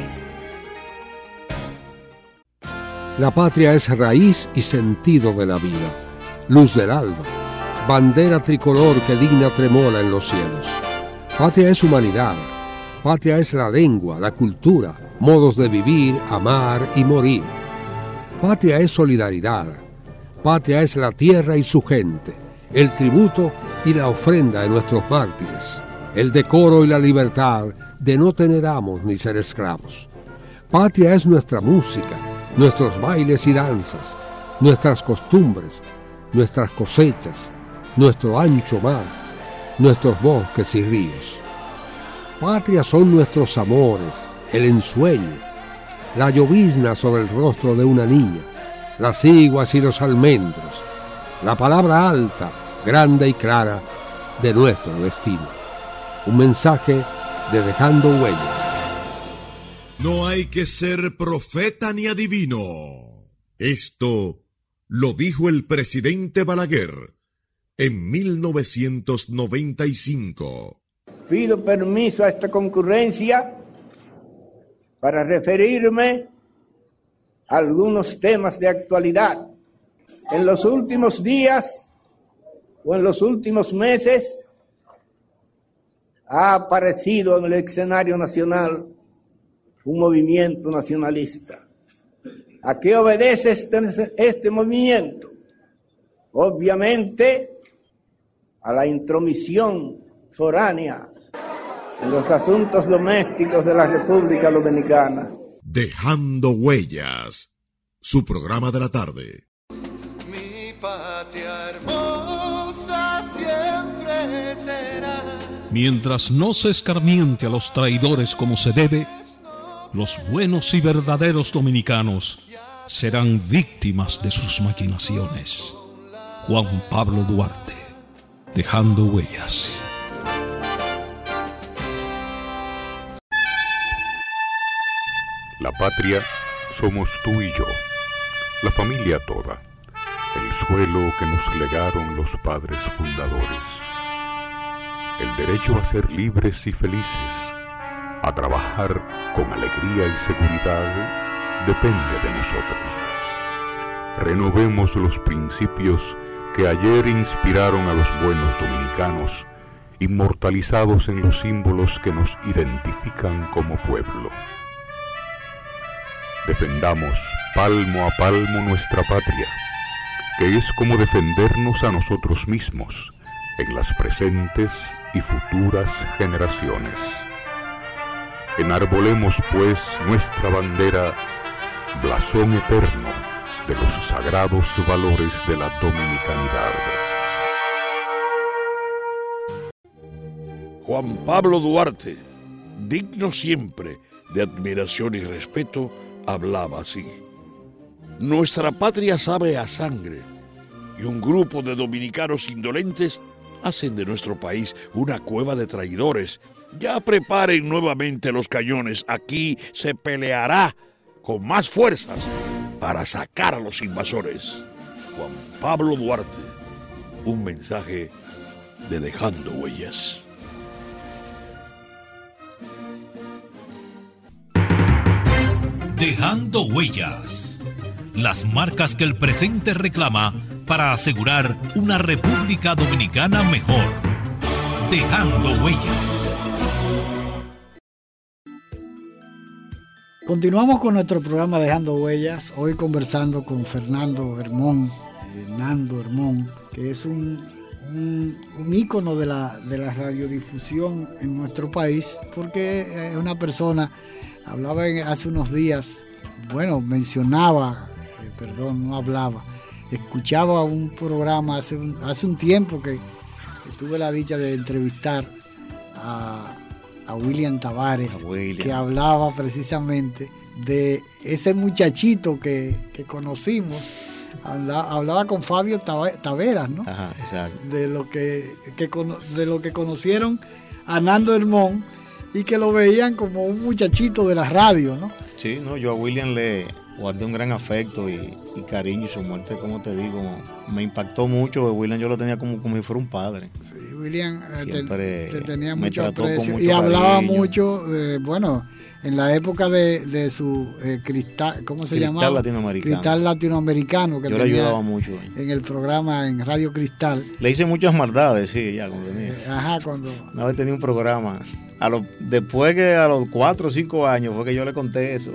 La patria es raíz y sentido de la vida, luz del alba, bandera tricolor que digna tremola en los cielos. Patria es humanidad, patria es la lengua, la cultura, modos de vivir, amar y morir. Patria es solidaridad, patria es la tierra y su gente, el tributo y la ofrenda de nuestros mártires, el decoro y la libertad de no tener amos ni ser esclavos. Patria es nuestra música, nuestros bailes y danzas, nuestras costumbres, nuestras cosechas, nuestro ancho mar, nuestros bosques y ríos. Patria son nuestros amores, el ensueño, la llovizna sobre el rostro de una niña, las iguas y los almendros, la palabra alta, grande y clara de nuestro destino. Un mensaje de Dejando Huellas. No hay que ser profeta ni adivino. Esto lo dijo el presidente Balaguer en mil novecientos noventa y cinco. Pido permiso a esta concurrencia para referirme a algunos temas de actualidad. En los últimos días o en los últimos meses ha aparecido en el escenario nacional un movimiento nacionalista. ¿A qué obedece este, este movimiento? Obviamente a la intromisión foránea en los asuntos domésticos de la República Dominicana. Dejando Huellas, su programa de la tarde. Mi patria hermosa siempre será. Mientras no se escarmiente a los traidores como se debe, los buenos y verdaderos dominicanos serán víctimas de sus maquinaciones. Juan Pablo Duarte, Dejando Huellas. La patria somos tú y yo, la familia toda, el suelo que nos legaron los padres fundadores. El derecho a ser libres y felices, a trabajar con alegría y seguridad, depende de nosotros. Renovemos los principios que ayer inspiraron a los buenos dominicanos, inmortalizados en los símbolos que nos identifican como pueblo. Defendamos palmo a palmo nuestra patria, que es como defendernos a nosotros mismos en las presentes y futuras generaciones. Enarbolemos pues nuestra bandera, blasón eterno de los sagrados valores de la dominicanidad. Juan Pablo Duarte, digno siempre de admiración y respeto, hablaba así: nuestra patria sabe a sangre, y un grupo de dominicanos indolentes hacen de nuestro país una cueva de traidores. Ya preparen nuevamente los cañones, aquí se peleará con más fuerzas para sacar a los invasores. Juan Pablo Duarte, un mensaje de Dejando Huellas. Dejando Huellas, las marcas que el presente reclama para asegurar una República Dominicana mejor. Dejando Huellas. Continuamos con nuestro programa Dejando Huellas, hoy conversando con Fernando Hermón, eh, Nando Hermón, que es un, un, un ícono de la, de la radiodifusión en nuestro país, porque es una persona, hablaba en, hace unos días, bueno, mencionaba, eh, perdón, no hablaba, escuchaba un programa hace un, hace un tiempo que, que tuve la dicha de entrevistar a... a William Tavares, a William, que hablaba precisamente de ese muchachito que, que conocimos, hablaba, hablaba con Fabio Taveras, ¿no? Ajá, exacto. De lo que, que de lo que conocieron a Nando Hermón y que lo veían como un muchachito de la radio, ¿no? Sí, no, yo a William le guardé un gran afecto y, y cariño, y su muerte, como te digo, me impactó mucho. William yo lo tenía como, como si fuera un padre. Sí, William Siempre te, te tenía me mucho aprecio mucho y hablaba cariño. mucho, eh, bueno, en la época de, de su eh, cristal, ¿cómo se Cristal llamaba? Latinoamericano. Cristal latinoamericano que yo le tenía ayudaba mucho eh. en el programa en Radio Cristal. Le hice muchas maldades, sí, ya cuando tenía. Eh, ajá, cuando. Una vez tenía un programa. A los, después que a los cuatro o cinco años fue que yo le conté eso.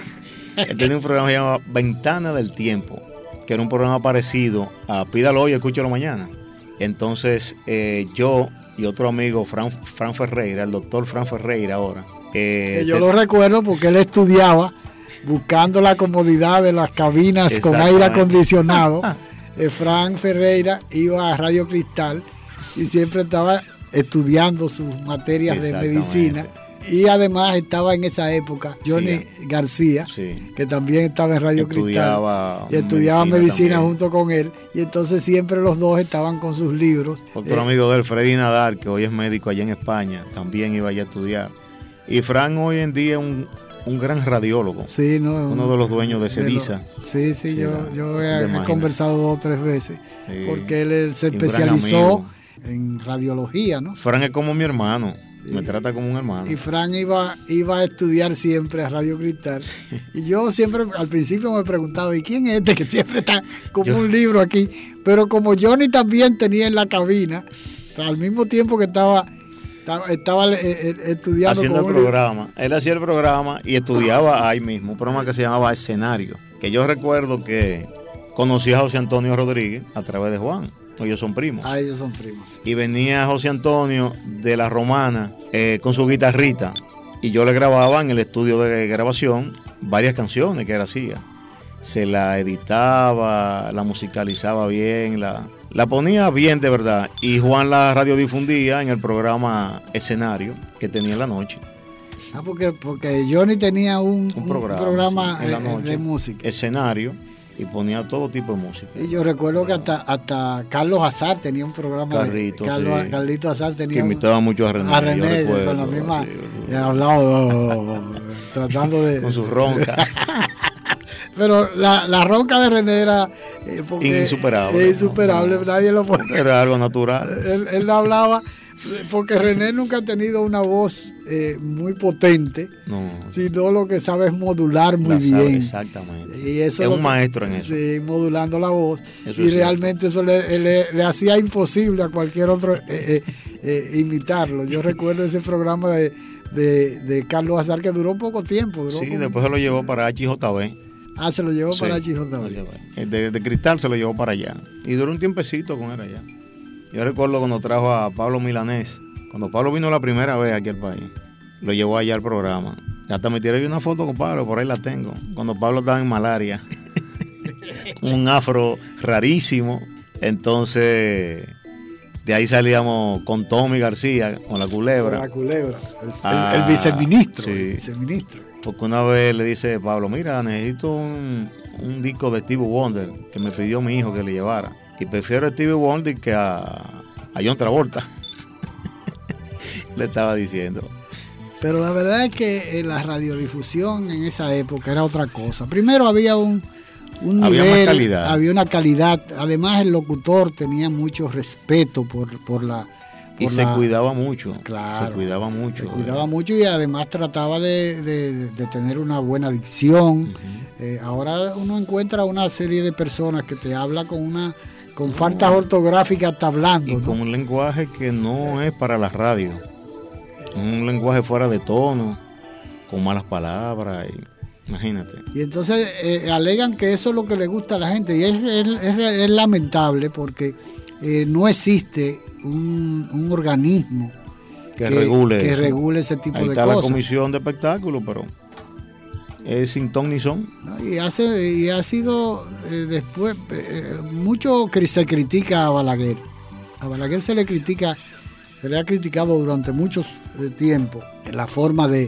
Él tenía un programa que se llamaba Ventana del Tiempo, que era un programa parecido a Pídalo hoy, escúchalo mañana. Entonces eh, yo y otro amigo, Fran, Fran Ferreira, el doctor Fran Ferreira ahora. Eh, que yo te, lo recuerdo porque él estudiaba buscando la comodidad de las cabinas con aire acondicionado. eh, Fran Ferreira iba a Radio Cristal y siempre estaba estudiando sus materias de medicina. Y además estaba en esa época Johnny sí, García, sí. que también estaba en Radio estudiaba Cristal y estudiaba medicina, medicina junto con él. Y entonces siempre los dos estaban con sus libros. Otro eh, amigo de él, Freddy Nadal, que hoy es médico allá en España, también iba allá a estudiar. Y Fran hoy en día es un, un gran radiólogo, sí, no, uno de los dueños de Cediza. De lo, sí, sí, sí, yo, la, yo he, he conversado dos o tres veces, sí, porque él, él se especializó en radiología, ¿no? Fran es como mi hermano. Me trata como un hermano. Y Fran iba, iba a estudiar siempre a Radio Cristal. Y yo siempre, al principio me he preguntado, ¿y quién es este que siempre está como yo, un libro aquí? Pero como Johnny también tenía en la cabina, al mismo tiempo que estaba, estaba, estaba eh, estudiando. Haciendo el programa. Libro. Él hacía el programa y estudiaba ahí mismo, un programa que se llamaba Escenario. Que yo recuerdo que conocí a José Antonio Rodríguez a través de Juan. Ellos son primos. Ah, ellos son primos. Y venía José Antonio de La Romana eh, con su guitarrita. Y yo le grababa en el estudio de grabación varias canciones que él hacía. Se la editaba, la musicalizaba bien, la, la ponía bien de verdad. Y Juan la radiodifundía en el programa Escenario que tenía en la noche. Ah, porque, porque Johnny tenía un, un programa, un programa sí, en la noche, de música. Escenario. Y ponía todo tipo de música. Y yo recuerdo que hasta, hasta Carlos Azar tenía un programa. Carrito, de, Carlos, sí. Carlito Azar tenía. Que imitaba un, mucho a René. A René, recuerdo, con la misma. Sí, sí. Hablaba, oh, tratando de. Con su ronca. Pero la, la ronca de René era. Eh, insuperable. Es insuperable, no, nadie lo podía. Era algo natural. Él, él hablaba Porque René nunca ha tenido una voz eh, muy potente, no, sino lo que sabe es modular muy bien. Sabe, exactamente. Y eso es un que, maestro en eso. Sí, modulando la voz. Eso y realmente cierto. eso le, le, le hacía imposible a cualquier otro eh, eh, eh, imitarlo. Yo recuerdo ese programa de, de, de Carlos Azar que duró poco tiempo. Duró sí, como... después se lo llevó para H J B. Ah, se lo llevó sí, para H J B. De, de Cristal se lo llevó para allá. Y duró un tiempecito con él allá. Yo recuerdo cuando trajo a Pablo Milanés. Cuando Pablo vino la primera vez aquí al país, lo llevó allá al programa. Hasta me tiré una foto con Pablo, por ahí la tengo. Cuando Pablo estaba en malaria. Un afro rarísimo. Entonces, de ahí salíamos con Tommy García, con la culebra. Con la culebra, el, ah, el, el viceministro, sí. el viceministro. Porque una vez le dice Pablo, mira, necesito un, un disco de Stevie Wonder que me pidió mi hijo que le llevara. Y prefiero a Stevie Wonder que a, a John Travolta. Le estaba diciendo. Pero la verdad es que la radiodifusión en esa época era otra cosa. Primero había un, un había nivel, más calidad. Había una calidad. Además el locutor tenía mucho respeto por, por la... Por y se la, cuidaba mucho. Claro. Se cuidaba mucho. Se cuidaba eh. mucho y además trataba de, de, de tener una buena dicción. Uh-huh. eh, ahora uno encuentra una serie de personas que te habla con una... con no. faltas ortográficas hasta hablando. Y ¿no? con un lenguaje que no es para la radio. Un lenguaje fuera de tono, con malas palabras, y, imagínate. Y entonces eh, alegan que eso es lo que le gusta a la gente, y es, es, es, es lamentable porque eh, no existe un, un organismo que, que, regule, que regule ese tipo Ahí de está cosas. La comisión de espectáculos, pero es sin ton ni son. ¿No? Y, hace, y ha sido eh, después, eh, mucho que se critica a Balaguer. A Balaguer se le critica... Se le ha criticado durante mucho tiempo la forma de,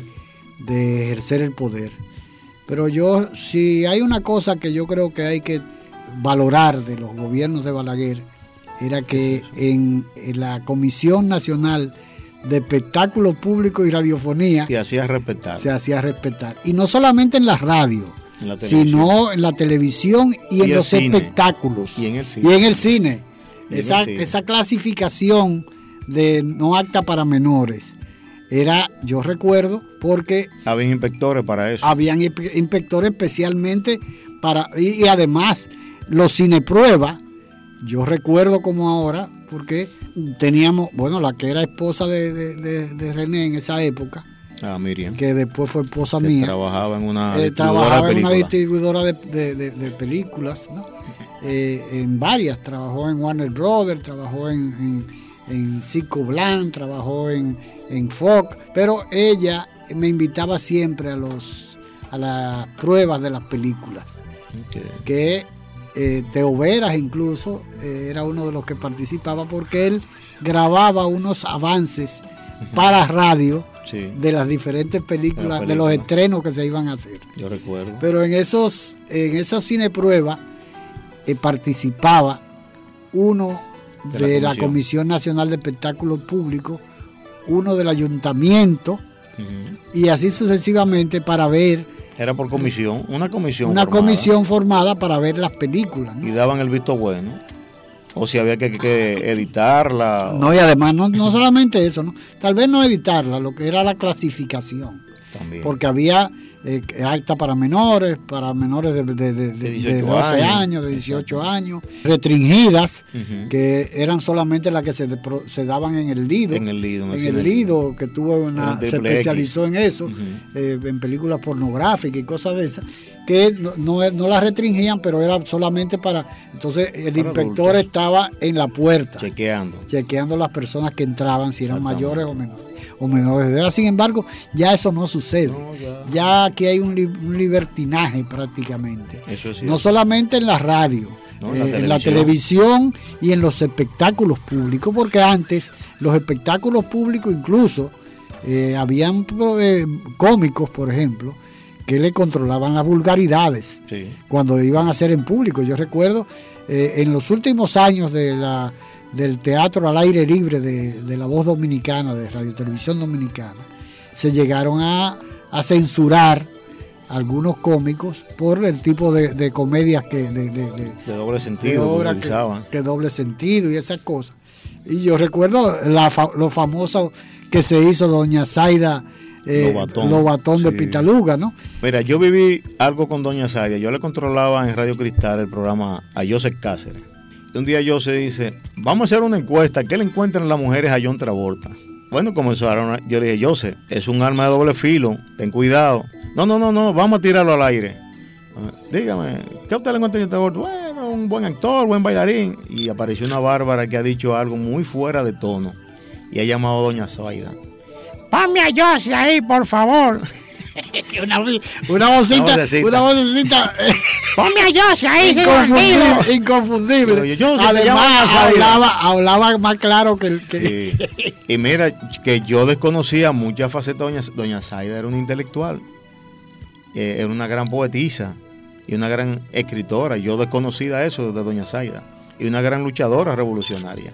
de ejercer el poder. Pero yo, si hay una cosa que yo creo que hay que valorar de los gobiernos de Balaguer, era que en, en la Comisión Nacional de Espectáculos Públicos y Radiofonía se hacía respetar. Se hacía respetar. Y no solamente en la radio, en la sino en la televisión y, y en los cine. espectáculos. Y en el cine. Y en el cine. Y en esa, el cine. esa clasificación de no apta para menores era, yo recuerdo, porque habían inspectores para eso. Habían inspectores especialmente para, y, y además los cinepruebas, yo recuerdo como ahora, porque teníamos, bueno, la que era esposa de, de, de, de René en esa época, ah, Miriam, que después fue esposa que mía, trabajaba en una eh, distribuidora, trabajaba de en una distribuidora de, de, de, de películas, ¿no? eh, en varias, trabajó en Warner Brothers, trabajó en, en en Circo Blanc, trabajó en, en Fox, pero ella me invitaba siempre a los a las pruebas de las películas. Okay. Que eh, Teo Veras incluso eh, era uno de los que participaba porque él grababa unos avances uh-huh. para radio sí. de las diferentes películas, de, de los estrenos que se iban a hacer. Yo recuerdo. Pero en esos, en esas cinepruebas eh, participaba uno de, de la, la Comisión Nacional de Espectáculos Públicos, uno del Ayuntamiento, uh-huh. y así sucesivamente para ver. Era por comisión, una comisión Una formada. comisión formada para ver las películas, ¿no? Y daban el visto bueno. O si había que, que editarla. No, y además no, no solamente eso, ¿no? Tal vez no editarla, lo que era la clasificación. También. Porque había eh, acta para menores, para menores de, de, de, de, de doce años, de dieciocho Exacto. años, restringidas, uh-huh. que eran solamente las que se, de, se daban en el Lido. En el Lido. En el Lido, que tuvo una, se especializó X. en eso, uh-huh. eh, en películas pornográficas y cosas de esas, que no, no, no las restringían, pero era solamente para... Entonces el para inspector adultos. Estaba en la puerta. Chequeando. Chequeando las personas que entraban, si eran mayores o menores. o menores de edad. Sin embargo, ya eso no sucede. No, ya. ya aquí hay un, li un libertinaje prácticamente. Eso es no solamente en la radio, no, en, la eh, en la televisión y en los espectáculos públicos, porque antes los espectáculos públicos incluso eh, habían eh, cómicos, por ejemplo, que le controlaban las vulgaridades sí. cuando iban a hacer en público. Yo recuerdo eh, en los últimos años de la del teatro al aire libre de, de La Voz Dominicana, de Radio Televisión Dominicana, se llegaron a, a censurar algunos cómicos por el tipo de, de comedias que de, de, de, de doble sentido de obra que, que doble sentido y esas cosas. Y yo recuerdo la fa- lo famoso que se hizo doña Zaida eh, Lobatón, Lobatón de sí. Pitaluga, ¿no? Mira, yo viví algo con doña Zaida. Yo le controlaba en Radio Cristal el programa a Joseph Cáceres. Y un día Joseph dice, vamos a hacer una encuesta, ¿qué le encuentran las mujeres a John Travolta? Bueno, comenzaron, a- yo le dije, Joseph, es un arma de doble filo, ten cuidado. No, no, no, no, vamos a tirarlo al aire. Dígame, ¿qué a usted le encuentra a John Travolta? Bueno, un buen actor, buen bailarín. Y apareció una bárbara que ha dicho algo muy fuera de tono. Y ha llamado a doña Zaida. Ponme a José ahí, por favor. una, una vocita, Una vocecita. una vocecita. Ponme a José ahí, señor inconfundible, bandido. inconfundible. Oye, José, te Además, llamas Zaida. hablaba, hablaba más claro que el que. Sí. Y mira, que yo desconocía muchas facetas de doña, doña Zaida, era una intelectual, eh, era una gran poetisa y una gran escritora. Yo desconocía eso de doña Zaida. Y una gran luchadora revolucionaria.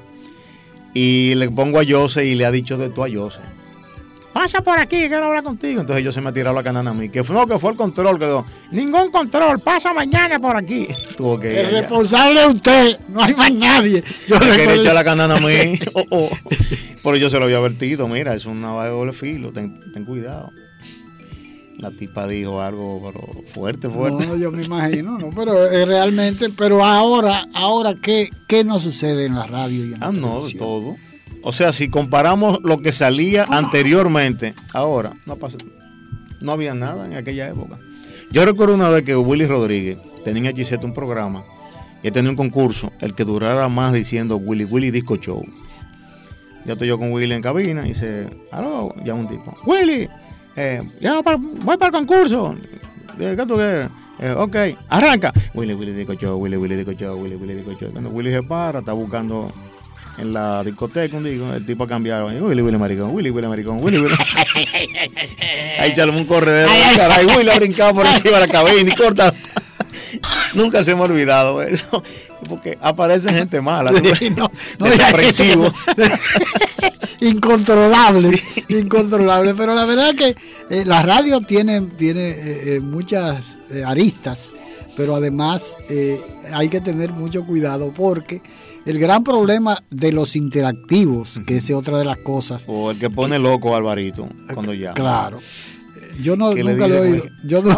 Y le pongo a José y le ha dicho de tú a José. Pasa por aquí, quiero hablar contigo. Entonces José me ha tirado la canana a mí. Que fue, no, que fue el control. Que digo, ningún control, pasa mañana por aquí. Tuvo que ir El allá. responsable es usted, no hay más nadie. Yo Me quería recuerdo- echar la canana a mí. Oh, oh. Pero yo se lo había advertido. Mira, es una navaja de doble filo. Ten, ten cuidado. La tipa dijo algo pero fuerte, fuerte. No, yo me imagino, no, pero eh, realmente, pero ahora, ahora ¿qué, qué nos sucede en la radio y en la Ah, no, de televisión? todo. O sea, si comparamos lo que salía anteriormente, ahora no pasa, no había nada en aquella época. Yo recuerdo una vez que Willy Rodríguez tenía en H siete un programa y él tenía un concurso, el que durara más diciendo Willy Willy Disco Show. Ya estoy yo con Willy en cabina y dice, aló, llama un tipo, Willy, eh, ya para- voy para el concurso. ¿De ¿Qué tú quieres? Eh, ok, arranca. Willy Willy Disco Show, Willy Willy Disco Show, Willy Willy Disco Show. Cuando Willy se para, está buscando en la discoteca, un digo, el tipo ha cambiado. Willy Willy Maricón, Willy Willy Maricón, Willy Willy. Ahí echale un corredero. Caray, Willy ha brincado por encima de la cabina y corta. Nunca se me ha olvidado eso. Porque aparece gente mala. ¿no? Sí, no, no, Desaprensivo. incontrolable, incontrolable. Pero la verdad es que eh, la radio tiene, tiene eh, eh, muchas eh, aristas, pero además eh, hay que tener mucho cuidado porque el gran problema de los interactivos, que esa es otra de las cosas. O el que pone loco a Alvarito cuando llama. Claro. Yo no, ¿Qué le nunca lo he dice, oído. Yo no,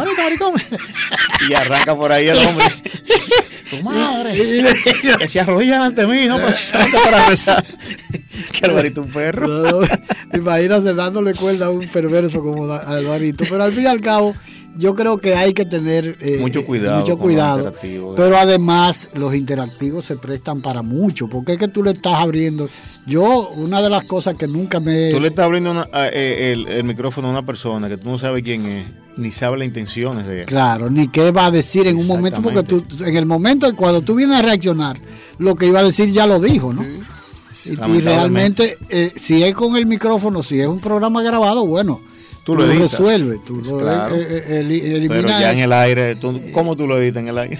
Y arranca por ahí el hombre. Tu madre. Que se arrodilla ante mí, no precisamente para rezar. Que Alvarito un perro. No, no, imagínate dándole cuerda a un perverso como da- Alvarito. Pero al fin y al cabo, yo creo que hay que tener eh, Mucho cuidado mucho con los cuidado. interactivos. Pero además, los interactivos se prestan para mucho. Porque es que tú le estás abriendo. Yo, una de las cosas que nunca me. Tú le estás abriendo una- a- eh, el, el micrófono a una persona que tú no sabes quién es, ni sabes las intenciones de él. Claro, ni qué va a decir en un momento, porque tú, en el momento, cuando tú vienes a reaccionar, lo que iba a decir ya lo dijo, ¿no? Y, y Lamentablemente. realmente, eh, si es con el micrófono, si es un programa grabado, bueno, Tú tú lo lo editas. resuelves, tú lo Claro. eh, eh, eli- eliminas Pero ya en eso. el aire, tú- ¿cómo tú lo editas en el aire?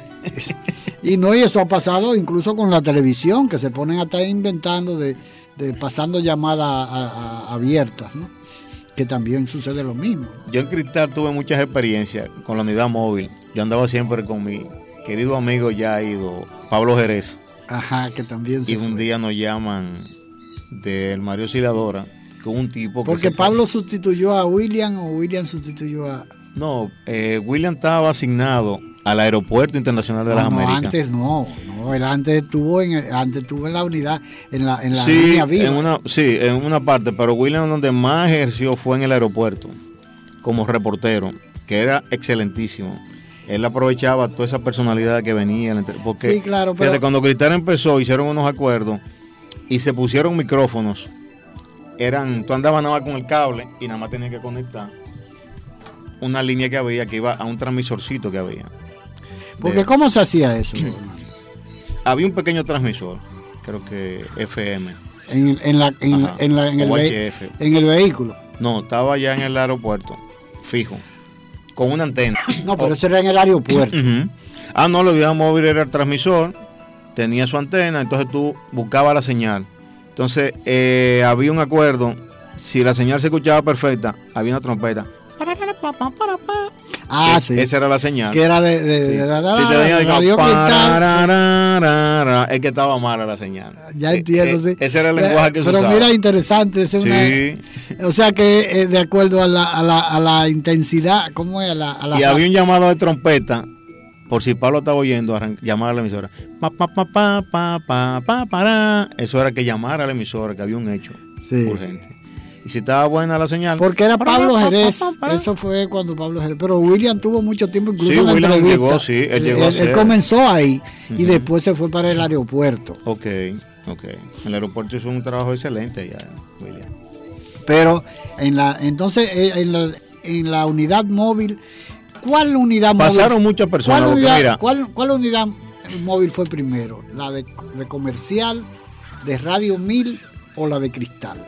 Y no, y eso ha pasado incluso con la televisión, que se ponen a estar inventando de, de pasando llamadas a- a- abiertas, ¿no? Que también sucede lo mismo. Yo en Cristal tuve muchas experiencias con la unidad móvil. Yo andaba siempre con mi querido amigo ya ido, Pablo Jerez. Ajá, que también se Y un fue. día nos llaman del Mario Osciladora con un tipo que Porque se- Pablo sustituyó a William o William sustituyó a... No, eh, William estaba asignado al Aeropuerto Internacional de Ah, las no, Américas. antes no, no, él antes estuvo en el- antes estuvo en la unidad, en la, en la Sí, línea viva. en una, sí, en una parte, pero William donde más ejerció fue en el aeropuerto, como reportero, que era excelentísimo. Él aprovechaba toda esa personalidad que venía, porque Sí, claro, pero- desde cuando Cristal empezó, hicieron unos acuerdos y se pusieron micrófonos. Eran, tú andabas nada más con el cable y nada más tenías que conectar una línea que había que iba a un transmisorcito que había. Porque De- ¿cómo se hacía eso? había un pequeño transmisor, creo que F M. En, en la, en, Ajá, en la- en el, o ve- H F. en el vehículo. No, estaba ya en el aeropuerto, fijo, con una antena. No, pero eso era en el aeropuerto. Ujú. Ah, no, la unidad móvil era el transmisor, tenía su antena, entonces tú buscabas la señal. Entonces eh, había un acuerdo, si la señal se escuchaba perfecta, había una trompeta. Ah, sí. Esa era la señal. Que era de, de, sí. de, de, de, si te tenía de Radio Cristal, es que estaba mala la señal. Ya entiendo, eh, sí. Ese era el lenguaje que se Pero usaba. mira, interesante. Ese sí. una, o sea que eh, de acuerdo a la, a la, a la intensidad, ¿cómo es? A la, a la y había un llamado de trompeta, por si Pablo estaba oyendo, llamar a la emisora. Pa, pa, pa, pa, pa, pa, pa, para. Eso era que llamara a la emisora, que había un hecho sí. urgente. Y si estaba buena la señal. Porque era Pablo Jerez. Eso fue cuando Pablo Jerez. Pero William tuvo mucho tiempo, incluso sí, en la William entrevista. Llegó, sí, él, llegó él, a ser. él comenzó ahí uh-huh. y después se fue para el aeropuerto. Ok, ok. El aeropuerto hizo un trabajo excelente ya, William. Pero en la, entonces en la, en la unidad móvil, ¿cuál unidad móvil? Pasaron móvil? muchas personas. ¿Cuál unidad, mira, ¿cuál, ¿Cuál unidad móvil fue primero? ¿La de, de comercial, de Radio Mil o la de Cristal?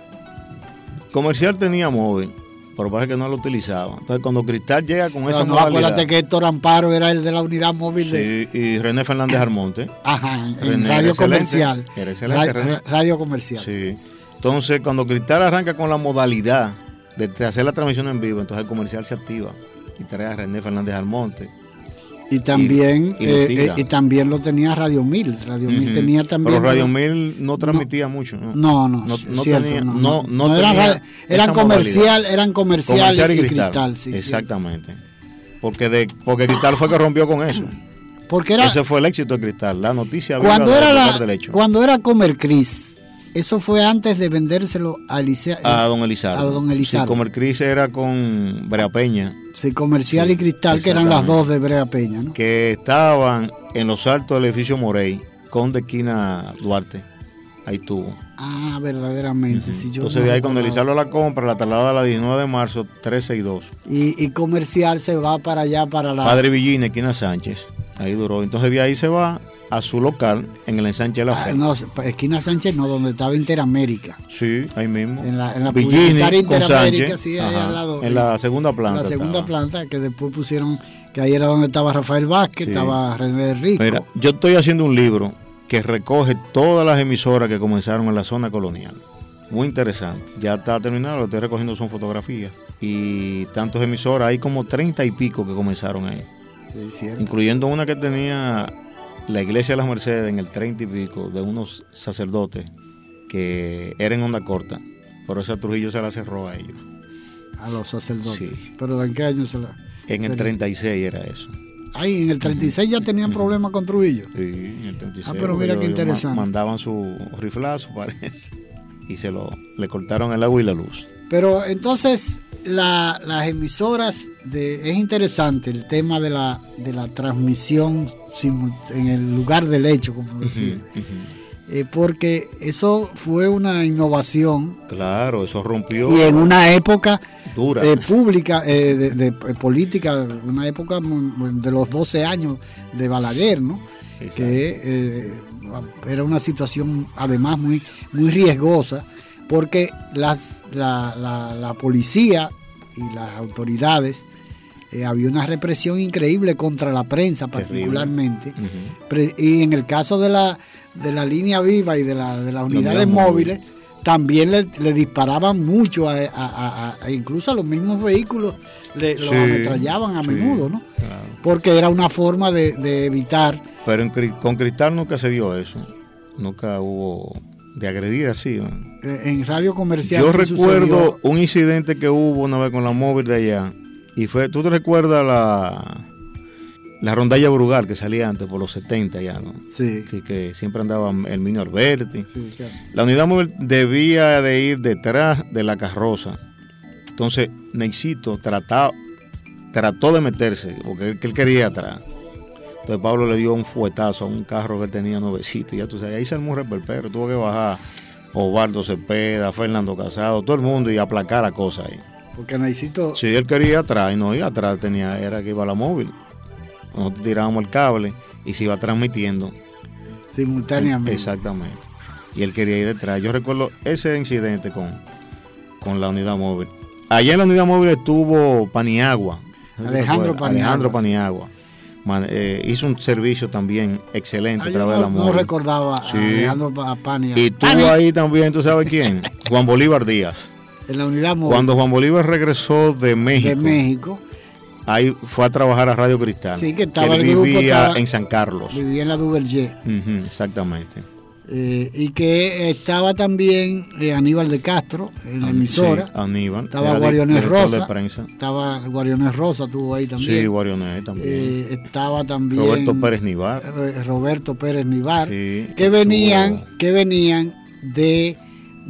Comercial tenía móvil, pero parece que no lo utilizaba. Entonces, cuando Cristal llega con no, esa no, modalidad. Acuérdate que Héctor Amparo era el de la unidad móvil. Sí, de... y René Fernández Armonte. Ajá, en René radio era comercial. Era excelente, radio, radio comercial. Sí. Entonces, cuando Cristal arranca con la modalidad de, de hacer la transmisión en vivo, entonces el comercial se activa y trae a René Fernández Almonte. Y también y, y, eh, eh, y también lo tenía Radio Mil. Radio uh-huh. Mil tenía también. Pero Radio Mil no transmitía no, mucho, ¿no? No, no, no, no cierto, tenía, no, no, no, no tenía era, eran comercial, eran comercial, comercial y, y Cristal. Cristal sí, exactamente. Porque de porque Cristal fue que rompió con eso. Porque era, ese fue el éxito de Cristal, la noticia cuando viva era del la, lugar del hecho. Cuando era Comercris. Eso fue antes de vendérselo a, Licea, a don Elizardo. A don Elizardo. Sí, Comercris era con Brea Peña. Sí, Comercial sí, y Cristal, que eran las dos de Brea Peña, ¿no? Que estaban en los altos del edificio Morey, con de esquina Duarte. Ahí estuvo. Ah, verdaderamente. Uh-huh. Sí, yo Entonces, no de ahí, cuando Elizardo la compra, la traslada a la diecinueve de marzo, trescientos sesenta y dos. Y, y Comercial se va para allá, para la. Padre Villini, esquina Sánchez. Ahí duró. Entonces, de ahí se va a su local en el ensanche de la Fe. Ah, no, esquina Sánchez no, donde estaba Interamérica. Sí, ahí mismo. En la, en la Villini con Sánchez, sí, ahí al lado. En la segunda planta. En la segunda estaba. planta, que después pusieron, que ahí era donde estaba Rafael Vázquez, sí. estaba René Rico. Mira, yo estoy haciendo un libro que recoge todas las emisoras que comenzaron en la zona colonial. Muy interesante. Ya está terminado, lo estoy recogiendo, son fotografías. Y tantos emisoras, hay como treinta y pico que comenzaron ahí. Sí, cierto. Incluyendo una que tenía la iglesia de las Mercedes en el treinta y pico, de unos sacerdotes que eran en onda corta, pero esa Trujillo se la cerró a ellos. A los sacerdotes. Sí. ¿Pero en qué año se la? En el treinta y seis era eso. Ay, en el treinta y seis ya tenían problemas con Trujillo. Sí, en el treinta y seis. Ah, pero mira qué interesante. Mandaban su riflazo, parece, y se lo le cortaron el agua y la luz. Pero entonces la, las emisoras de, es interesante el tema de la de la transmisión en el lugar del hecho, como decía. Uh-huh, uh-huh. Eh, porque eso fue una innovación. Claro, eso rompió. Y en una época dura, eh, pública, eh, de, de, de política, una época de los doce años de Balaguer, ¿no? Exacto. Que eh, era una situación además muy, muy riesgosa, porque las, la, la, la policía y las autoridades, eh, había una represión increíble contra la prensa particularmente. Uh-huh. Pre- y en el caso de la, de la línea viva y de, la, de las unidades móviles, móvil. también le, le disparaban mucho, a, a, a, a, incluso a los mismos vehículos le, sí, los ametrallaban a sí, menudo, ¿no? Claro. Porque era una forma de, de evitar. Pero en, con Cristal nunca se dio eso, nunca hubo de agredir así, ¿no? En radio comercial. Yo sí recuerdo sucedió. un incidente que hubo una vez con la móvil de allá, y fue, ¿tú te recuerdas la la rondalla Brugal que salía antes por los setenta ya, ¿no? Sí. Que, que siempre andaba el Mino Alberti. Sí, claro. La unidad móvil debía de ir detrás de la carroza. Entonces, Nexito trató, trató de meterse, porque él, que él quería atrás. Entonces Pablo le dio un fuetazo a un carro que él tenía nuevecito, y ya tú sabes, ahí se armó un reperpero, tuvo que bajar Osvaldo Cepeda, Fernando Casado, todo el mundo, y aplacar la cosa ahí. Porque necesito. Sí, él quería atrás, y no, y atrás tenía, era que iba la móvil. Nosotros tirábamos el cable y se iba transmitiendo simultáneamente. Exactamente. Y él quería ir detrás. Yo recuerdo ese incidente con, con la unidad móvil. Allá en la unidad móvil estuvo Paniagua. Alejandro Paniagua. Alejandro Paniagua. Man, eh, hizo un servicio también excelente ah, a través no, de la móvil. No recordaba sí. a Alejandro Paniagua. Y tuvo ahí también, ¿tú sabes quién? Juan Bolívar Díaz. En la unidad móvil. Cuando Juan Bolívar regresó de México. De México. ahí fue a trabajar a Radio Cristal. Sí, que estaba él el grupo, vivía estaba, en San Carlos. Vivía en la Duvergé. Uh-huh, exactamente. Eh, y que estaba también eh, Aníbal de Castro en la emisora. Sí, Aníbal. Estaba Guarionés Rosa. De prensa. Estaba Guarionés Rosa, estuvo ahí también. Sí, Guarionés también. Eh, estaba también Roberto Pérez Nivar. Eh, Roberto Pérez Nivar. Sí, que venían, que venían de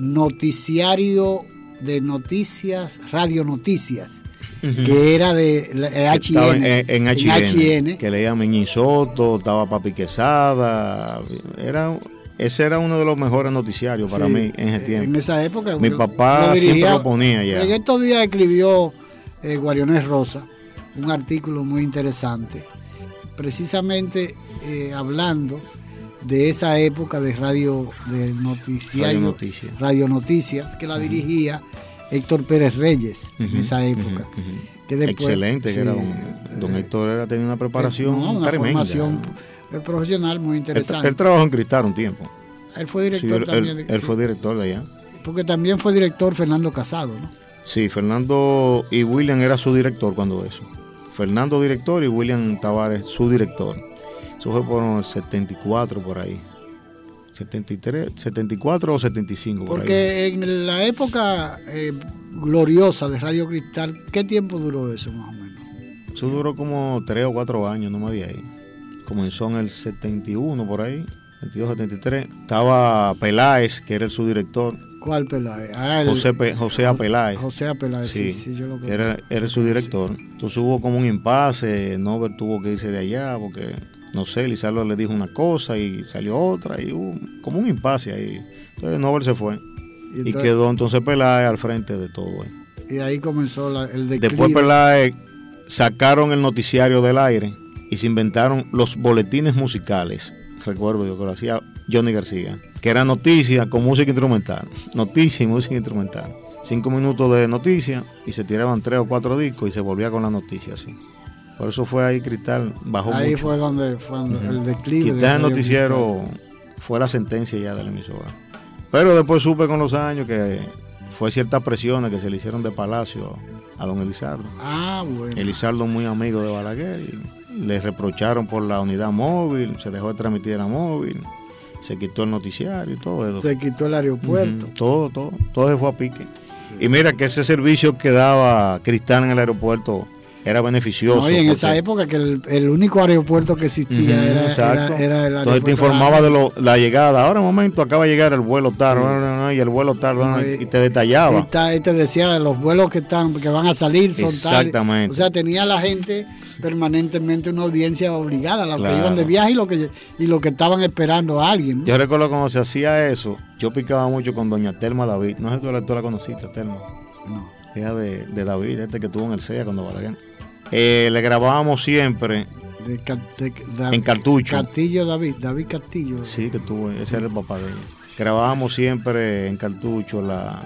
noticiario de noticias, Radio Noticias, uh-huh. que era de la, H N, en, en, en, H N, en H N, que leía Meñi Soto, estaba Papi Quesada, era, ese era uno de los mejores noticiarios para sí, mí en ese tiempo. En esa época. Mi papá lo dirigía, siempre lo ponía ya. En estos días escribió eh, Guarionés Rosa un artículo muy interesante, precisamente eh, hablando de esa época de radio, de noticiario, Radio Noticias, radio Noticias que la uh-huh. dirigía Héctor Pérez Reyes uh-huh. en esa época. Uh-huh. Uh-huh. Que después, excelente, sí, que era don, don Héctor era, tenía una preparación no, una tremenda. Formación profesional muy interesante. Él, él trabajó en Cristal un tiempo. Él fue director sí, también. Él, él sí. fue director de allá. Porque también fue director Fernando Casado, ¿no? Sí, Fernando y William era su director cuando eso. Fernando director y William Tavares su director. Eso fue por el setenta y cuatro por ahí. setenta y tres, setenta y cuatro o setenta y cinco por Porque ahí. en la época eh, gloriosa de Radio Cristal, ¿qué tiempo duró eso más o menos? Eso duró como tres o cuatro años, no más de ahí. Comenzó en el setenta y uno por ahí, setenta y dos, setenta y tres. Estaba Peláez, que era el subdirector. ¿Cuál Peláez? Ah, el, José, Pe, José A. Peláez. José A. Peláez, sí, sí, sí yo lo conozco. Era, era el subdirector. Sí. Entonces hubo como un impasse, Norbert tuvo que irse de allá porque... No sé, Lizardo le dijo una cosa y salió otra, y hubo como un impasse ahí. Entonces Nobel se fue. Y, entonces, y quedó entonces Peláez al frente de todo. Eh. Y ahí comenzó la, el declive. Después Peláez sacaron el noticiario del aire y se inventaron los boletines musicales. Recuerdo yo que lo hacía Johnny García, que era noticia con música instrumental. Noticia y música instrumental. Cinco minutos de noticia y se tiraban tres o cuatro discos y se volvía con la noticia así. Por eso fue ahí Cristal, bajó ahí mucho. fue donde fue uh-huh. el declive. Quitar el noticiero fue la sentencia ya de la emisora. Pero después supe con los años que fue ciertas presiones que se le hicieron de Palacio a don Elizardo. Ah, bueno. Elizardo muy amigo de Balaguer y le reprocharon por la unidad móvil, se dejó de transmitir la móvil, se quitó el noticiario y todo eso. Se quitó el aeropuerto. Uh-huh. Todo, todo, todo se fue a pique. Sí. Y mira que ese servicio que daba Cristal en el aeropuerto era beneficioso. No, y en esa época que el, el único aeropuerto que existía uh-huh, era, era, era el aeropuerto. Entonces te informaba de lo, la llegada. Ahora un momento acaba de llegar el vuelo tal, sí. no, no, no, y el vuelo tal, no, y, y te detallaba. Y, ta, y te decía los vuelos que están, que van a salir son tal. Exactamente. O sea, tenía la gente permanentemente una audiencia obligada, los claro. que iban de viaje y los que y lo que estaban esperando a alguien, ¿no? Yo recuerdo cuando se hacía eso, yo picaba mucho con doña Telma David. No sé si tú la, tú la conociste, Telma. No. Hija de, de David, este que tuvo en el C E A cuando Balaguer. Eh, le grabábamos siempre de, de, de, en cartucho. Castillo David, David Castillo. Sí, que tuvo, ese era el papá de ella. Grabábamos siempre en cartucho la,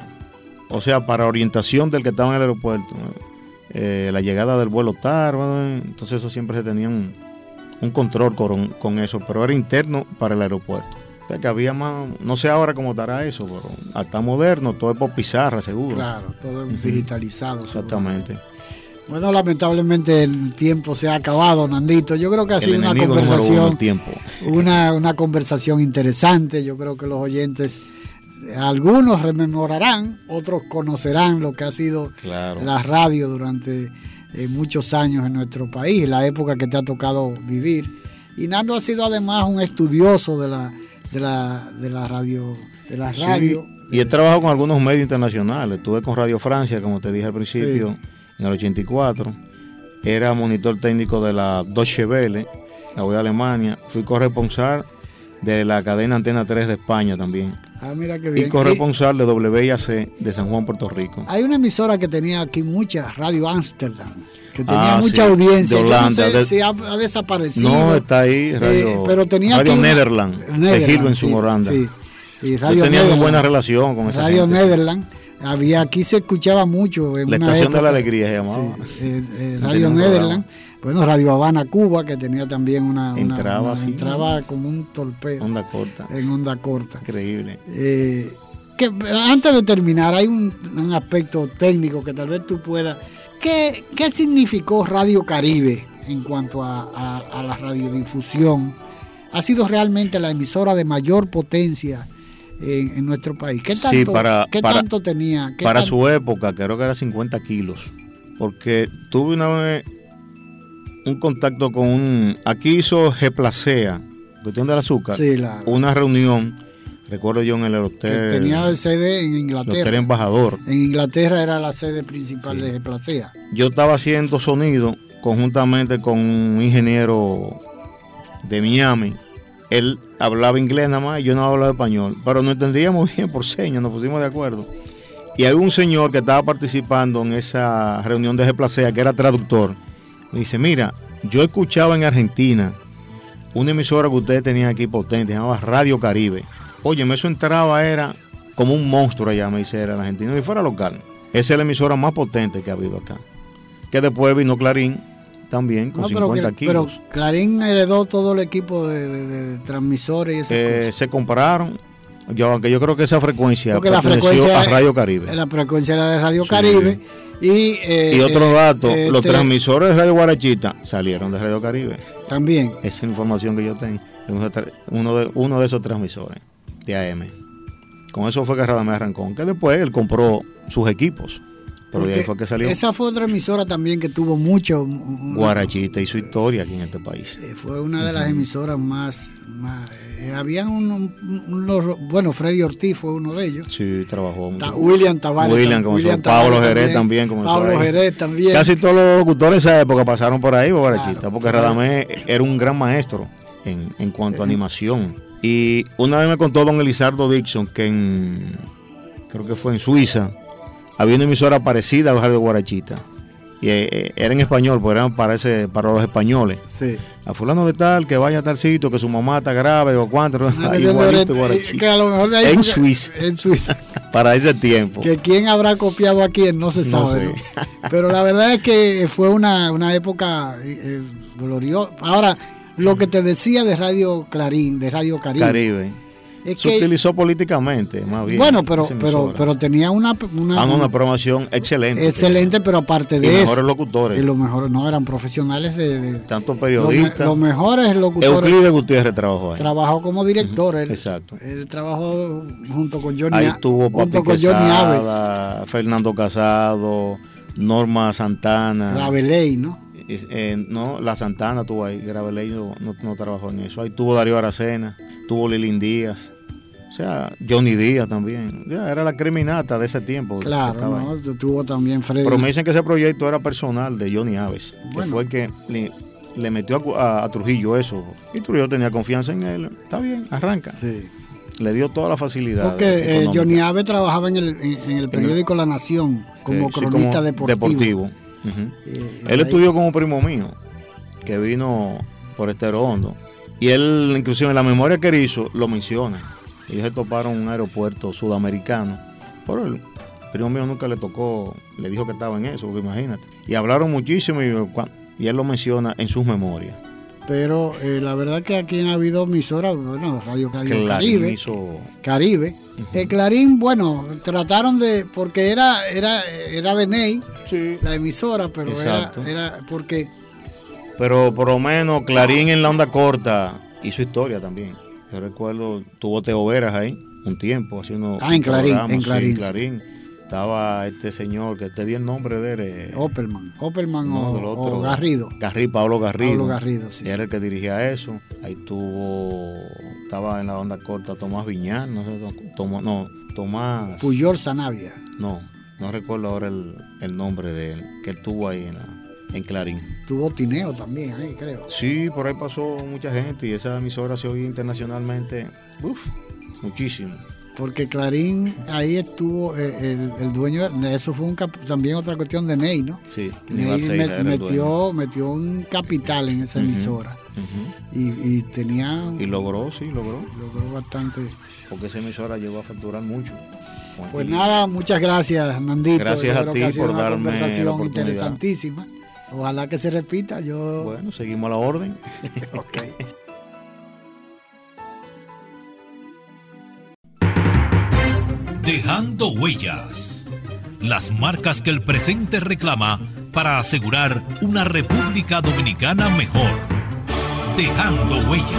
o sea, para orientación del que estaba en el aeropuerto, eh, la llegada del vuelo tal, entonces eso siempre se tenía un, un control con, con eso, pero era interno para el aeropuerto. O sea, que había más, no sé ahora cómo estará eso, pero hasta moderno, todo es por pizarra, seguro. Claro, todo es digitalizado. Exactamente. Bueno, lamentablemente el tiempo se ha acabado, Nandito. Yo creo que ha el sido una conversación, tiempo. Una, una conversación interesante. Yo creo que los oyentes, algunos rememorarán, otros conocerán lo que ha sido claro. la radio durante eh, muchos años en nuestro país, la época que te ha tocado vivir. Y Nando ha sido además un estudioso de la, de la, de la radio, de la radio. Sí, y he trabajado con algunos medios internacionales. Estuve con Radio Francia, como te dije al principio. Sí. En el ochenta y cuatro, era monitor técnico de la Deutsche Welle, la voz de Alemania. Fui corresponsal de la cadena Antena tres de España también. Ah, mira qué bien. Y corresponsal de W I A C de San Juan, Puerto Rico. Hay una emisora que tenía aquí mucha, Radio Ámsterdam, que tenía ah, mucha sí, audiencia. de Holanda. Yo no sé de... si ha, ha desaparecido. No, está ahí, Radio, eh, pero tenía Radio una... Nederland, Nederland, de Hilversum, sí, Holanda. Sí. Y Radio Yo tenía Nederland, muy buena relación con esa Radio gente. Radio Nederland. Había, aquí se escuchaba mucho en la una estación época, de la alegría se llamaba. Sí, eh, eh, Radio Nederland, bueno, Radio Habana Cuba, que tenía también una, una, entraba, una así, entraba como un torpedo, onda corta, en onda corta, increíble. Eh, que antes de terminar hay un, un aspecto técnico que tal vez tú puedas ¿qué, qué significó Radio Caribe en cuanto a, a, a la radiodifusión? Ha sido realmente la emisora de mayor potencia en, en nuestro país. ¿Qué tanto, sí, para, ¿qué para, tanto tenía? ¿Qué para tanto? su época, creo que era cincuenta kilos. Porque tuve una vez un contacto con un... Aquí hizo Geplacea, cuestión del azúcar, Sí, la- una reunión, recuerdo yo en el Que hotel... tenía el sede en el Inglaterra. Hotel Embajador. En Inglaterra era la sede principal de Geplacea. Yo estaba haciendo sonido conjuntamente con un ingeniero de Miami. Él hablaba inglés nada más y yo no hablaba español, pero nos entendíamos bien por señas, nos pusimos de acuerdo. Y hay un señor que estaba participando en esa reunión de Geplacea, que era traductor. Me dice, mira, yo escuchaba en Argentina una emisora que ustedes tenían aquí potente, se llamaba Radio Caribe. Oye, eso entraba, era como un monstruo allá, me dice, era el argentino, y fuera local. Esa es la emisora más potente que ha habido acá. Que después vino Clarín, también, con No, pero, cincuenta que- kilos. pero Clarín heredó todo el equipo de, de- de transmisores y esas Eh, cosas. se compraron, yo, aunque yo creo que esa frecuencia Porque la perteneció frecuencia a Radio Caribe. La frecuencia era de Radio Sí. Caribe. Y, eh, Y otro eh, dato, este, los transmisores de Radio Guarachita salieron de Radio Caribe. También. Esa información que yo tengo, uno de, uno de, uno de esos transmisores de A M. Con eso fue que Radamés arrancó, que después él compró sus equipos, pero de ahí porque fue que salió. Esa fue otra emisora también que tuvo mucho. una- Guarachita hizo historia aquí en este país. Fue una de las Ujú. emisoras más. más eh, habían un, un- unos. Bueno, Freddy Ortiz fue uno de ellos. Sí, trabajó mucho. Ta- William Tavares. William tam- comenzó, William Pablo Tavares Jerez también comenzó Pablo ahí. Jerez también. Casi todos los locutores de esa época pasaron por ahí, por Guarachita, Claro, porque claro. Radamés era un gran maestro en, en cuanto a animación. Y una vez me contó don Elizardo Dixon que en, creo que fue en Suiza, había una emisora parecida a Radio Guarachita. Y eh, era en español, porque eran para, ese, para los españoles. Sí. A fulano de tal, que vaya a tal sitio, que su mamá está grave o cuánto. Una Igualito de- Guarachita. que a lo mejor de ahí En fue que- Suiza. En Suiza. Para ese tiempo. Que quién habrá copiado a quién, no se No sabe. sé. ¿no? Pero la verdad es que fue una, una época eh, gloriosa. Ahora, lo que te decía de Radio Clarín, de Radio Caribe. Caribe. Es Se que, utilizó políticamente, más bien. bueno, pero, esa pero, emisora. pero tenía una, una, Ah, no, una promoción excelente. excelente, pero aparte Y de eso. mejores locutores. Y los mejores, no, eran profesionales de. de Tanto los, me- periodistas. los mejores locutores. Euclides Gutiérrez trabajó ahí. Trabajó como director. Él, Exacto. él trabajó junto con Johnny Ahí A- estuvo junto Papi con Johnny Aves. Quesada, Fernando Casado, Norma Santana. Rabelais, ¿no? Es- eh, no, la Santana tuvo ahí, Graveley no, no, no trabajó en eso. Ahí tuvo Darío Aracena, tuvo Lilín Díaz, o sea, Johnny Díaz también. Ya, era la criminata de ese tiempo. que Claro, estaba ahí. ¿no? Tuvo también Freddy. Pero me dicen que ese proyecto era personal de Johnny Aves, que Bueno. fue el que le, le metió a, a- a Trujillo eso. Y Trujillo tenía confianza en él. Está bien, arranca. Sí. Le dio toda la facilidad. Porque eh, económica. Johnny Aves trabajaba en el, en, en el periódico La Nación como Sí, sí, cronista como deportivo. deportivo. Ujú. Eh, Él ahí- estudió con un primo mío que vino por Estero Hondo. Y él, inclusive en la memoria que él hizo, lo menciona. Ellos se toparon en un aeropuerto sudamericano. Pero el primo mío nunca le tocó, le dijo que estaba en eso, porque imagínate. Y hablaron muchísimo y, cua- y él lo menciona en sus memorias. Pero eh, la verdad que aquí han habido emisoras, bueno, Radio, Radio Clarín Caribe. hizo- Caribe. El Clarín, bueno, trataron de, porque era, era, era de Ney, la emisora, pero era, Exacto. era porque Pero por lo menos Clarín en la onda corta hizo historia también. Yo recuerdo, tuvo Teo Veras ahí un tiempo haciendo Ah, en Clarín, programas, en sí, Clarín, sí. Clarín. Estaba este señor que te di el nombre de él. eh, Opperman, Opperman no, o, del otro, o Garrido. Garrido, Pablo Garrido. Pablo Garrido, sí. Era el que dirigía eso. Ahí tuvo, estaba en la onda corta Tomás Viñán, no sé, Tomás, no, Tomás. Puyol Sanavia. No, no recuerdo ahora el, el nombre de él, que él tuvo ahí en, la, en Clarín. Tuvo Tineo también ahí, creo. Sí, por ahí pasó mucha gente y esa emisora se oía internacionalmente, uff, muchísimo. Porque Clarín, ahí estuvo eh, el, el dueño, de eso fue un cap- también otra cuestión de Ney, ¿no? Sí, Ney Aníbal Seila met- era el metió, metió un capital en esa Ujú, emisora ujú. y, y tenía, Y logró, sí, logró. logró bastante. Porque esa emisora llegó a facturar mucho. con Pues el- nada, muchas gracias, Nandito. Gracias Yo a creo ti que ha sido por una darme la conversación oportunidad. interesantísima. Ojalá que se repita. Yo Bueno, seguimos a la orden. Ok. Dejando huellas. Las marcas que el presente reclama para asegurar una República Dominicana mejor. Dejando Huellas.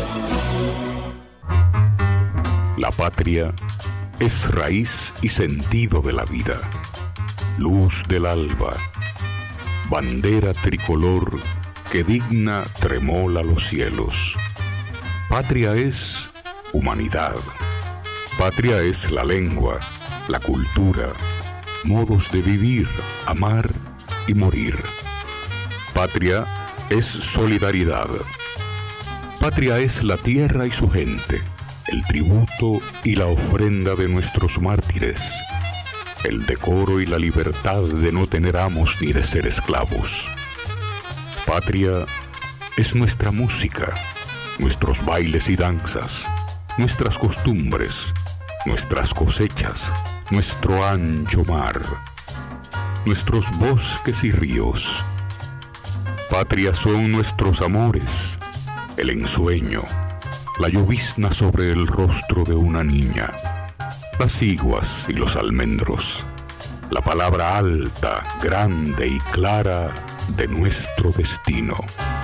La patria es raíz y sentido de la vida, luz del alba, bandera tricolor que digna tremola los cielos. Patria es humanidad, patria es la lengua, la cultura, modos de vivir, amar y morir. Patria es solidaridad, patria es la tierra y su gente, el tributo y la ofrenda de nuestros mártires, el decoro y la libertad de no tener amos ni de ser esclavos. Patria es nuestra música, nuestros bailes y danzas, nuestras costumbres, nuestras cosechas, nuestro ancho mar, nuestros bosques y ríos. Patria son nuestros amores, el ensueño, la llovizna sobre el rostro de una niña, las iguas y los almendros, la palabra alta, grande y clara de nuestro destino.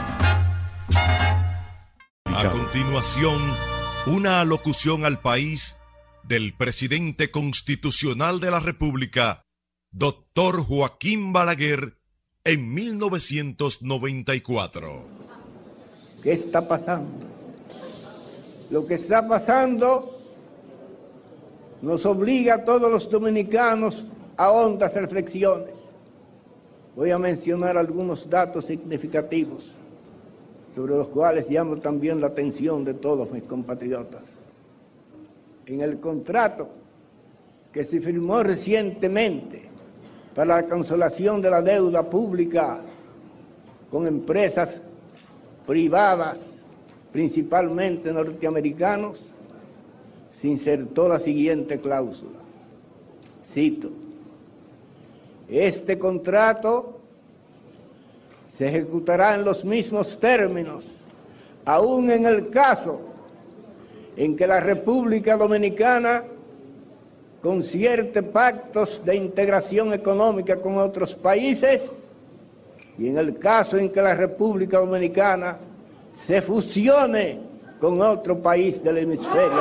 A continuación, una alocución al país del presidente constitucional de la República, doctor Joaquín Balaguer, en mil novecientos noventa y cuatro. ¿Qué está pasando? Lo que está pasando nos obliga a todos los dominicanos a hondas reflexiones. Voy a mencionar algunos datos significativos sobre los cuales llamo también la atención de todos mis compatriotas. En el contrato que se firmó recientemente para la cancelación de la deuda pública con empresas privadas, principalmente norteamericanos, se insertó la siguiente cláusula. Cito: este contrato se ejecutará en los mismos términos, aun en el caso en que la República Dominicana concierte pactos de integración económica con otros países y en el caso en que la República Dominicana se fusione con otro país del hemisferio.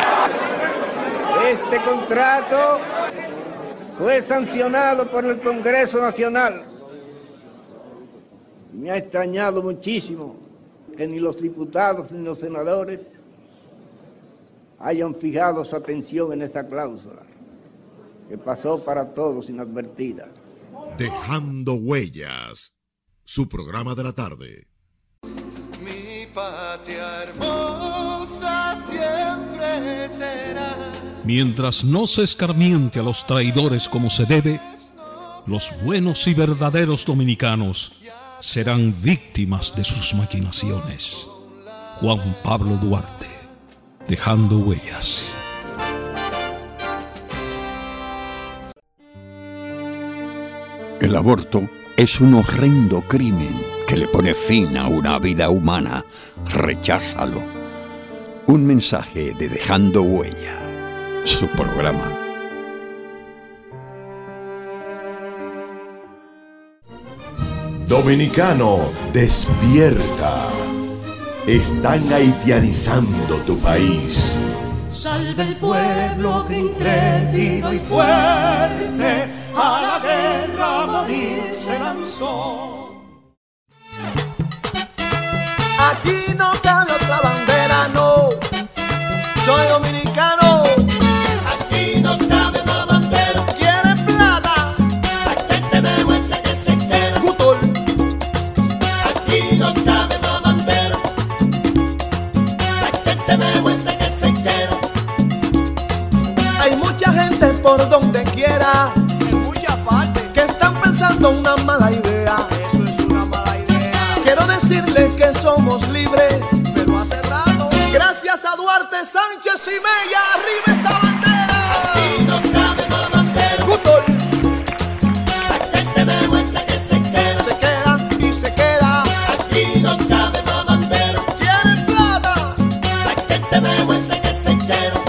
Este contrato fue sancionado por el Congreso Nacional. Me ha extrañado muchísimo que ni los diputados ni los senadores hayan fijado su atención en esa cláusula, que pasó para todos inadvertida. Dejando Huellas, su programa de la tarde. Patria hermosa siempre será. Mientras no se escarmiente a los traidores como se debe, los buenos y verdaderos dominicanos serán víctimas de sus maquinaciones. Juan Pablo Duarte, Dejando Huellas. El aborto es un horrendo crimen que le pone fin a una vida humana. Recházalo. Un mensaje de Dejando Huella, su programa. Dominicano, despierta. Están haitianizando tu país. Salve el pueblo que intrépido y fuerte a la guerra a morir se lanzó. Aquí no cabe otra bandera, no. Soy dominicano. Aquí no cabe otra bandera. ¿Quieren plata? Pa' que te demuestre que se queda. Gutol. Aquí no cabe otra bandera. Pa' que te demuestre que se queda. Hay mucha gente por donde quiera, en muchas partes, que están pensando una mala idea. Eso es una mala idea. Quiero decirles que somos libres, pero hace rato. Gracias a Duarte, Sánchez y Mella, arriba esa bandera. Aquí no cabe más bandera. Gutol. La gente demuestra que se queda. Se queda y se queda. Aquí no cabe más bandera. ¿Quieren plata? La gente demuestra que se queda.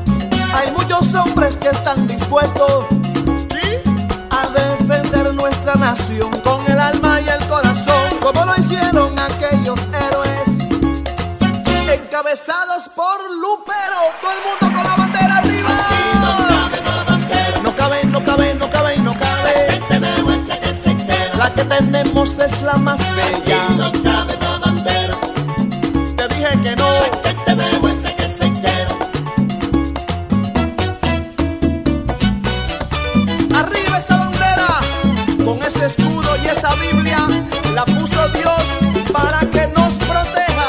Hay muchos hombres que están dispuestos, ¿sí?, a defender nuestra nación con el alma y el corazón, como lo hicieron aquellos héroes encabezados por Lupero. Todo el mundo con la bandera arriba. No cabe, no cabe, no cabe, no cabe. La que tenemos es la que se queda. La que tenemos es la más bella. Aquí no cabe más bandera. Te dije que no. La que tenemos es la que se queda. Arriba esa bandera, con ese escudo y esa Biblia, la puso Dios para que nos proteja.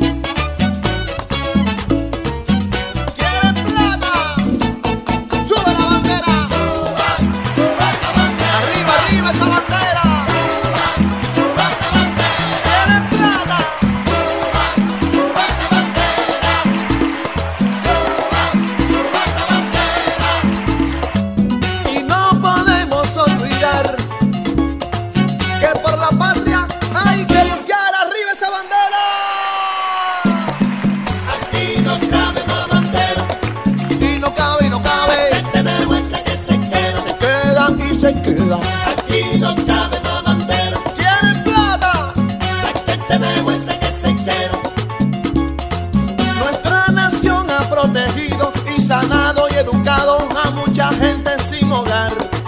¿Quieren plata? ¡Sube la bandera! ¡Suban, suban la bandera! ¡Arriba, arriba esa bandera! ¡Suban, suban la bandera! ¿Quieren plata? ¡Suban, suban la bandera! ¡Suban, suban la bandera! Y no podemos olvidar que por la patria hay que luchar. ¡Arriba esa bandera! Aquí no cabe más bandera. Y no cabe, y no cabe. La que tenemos es la que se queda. Se queda y se queda. Aquí no cabe más bandera. ¿Quieren plata? La que tenemos es la que se queda. Nuestra nación ha protegido y sanado y educado a mucha gente sin hogar.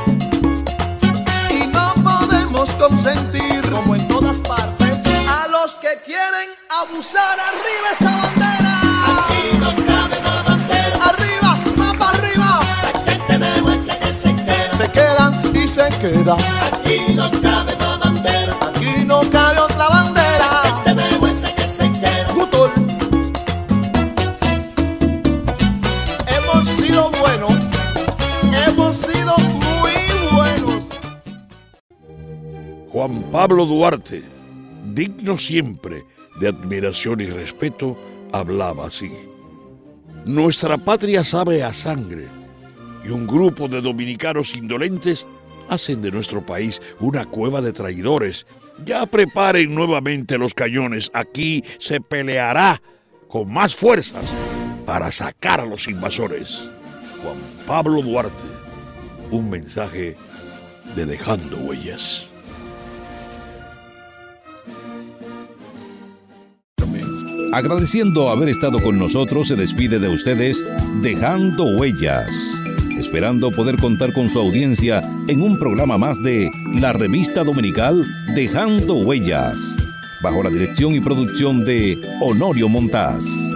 Y no podemos consentir, como en todas partes, a los que quieren abusar. ¡Arriba esa bandera! Aquí no cabe más bandera. ¡Arriba, más para arriba! La que tenemos es la que se queda. Se quedan y se queda. Aquí no cabe más bandera. Aquí no cabe otra bandera. La que tenemos es la que se queda. Gutol. Hemos sido buenos. Hemos sido muy buenos. Juan Pablo Duarte, digno siempre de admiración y respeto, hablaba así. Nuestra patria sabe a sangre y un grupo de dominicanos indolentes hacen de nuestro país una cueva de traidores. Ya preparen nuevamente los cañones. Aquí se peleará con más fuerzas para sacar a los invasores. Juan Pablo Duarte, un mensaje de Dejando Huellas. Agradeciendo haber estado con nosotros, se despide de ustedes Dejando Huellas, esperando poder contar con su audiencia en un programa más de la revista dominical Dejando Huellas, bajo la dirección y producción de Honorio Montaz.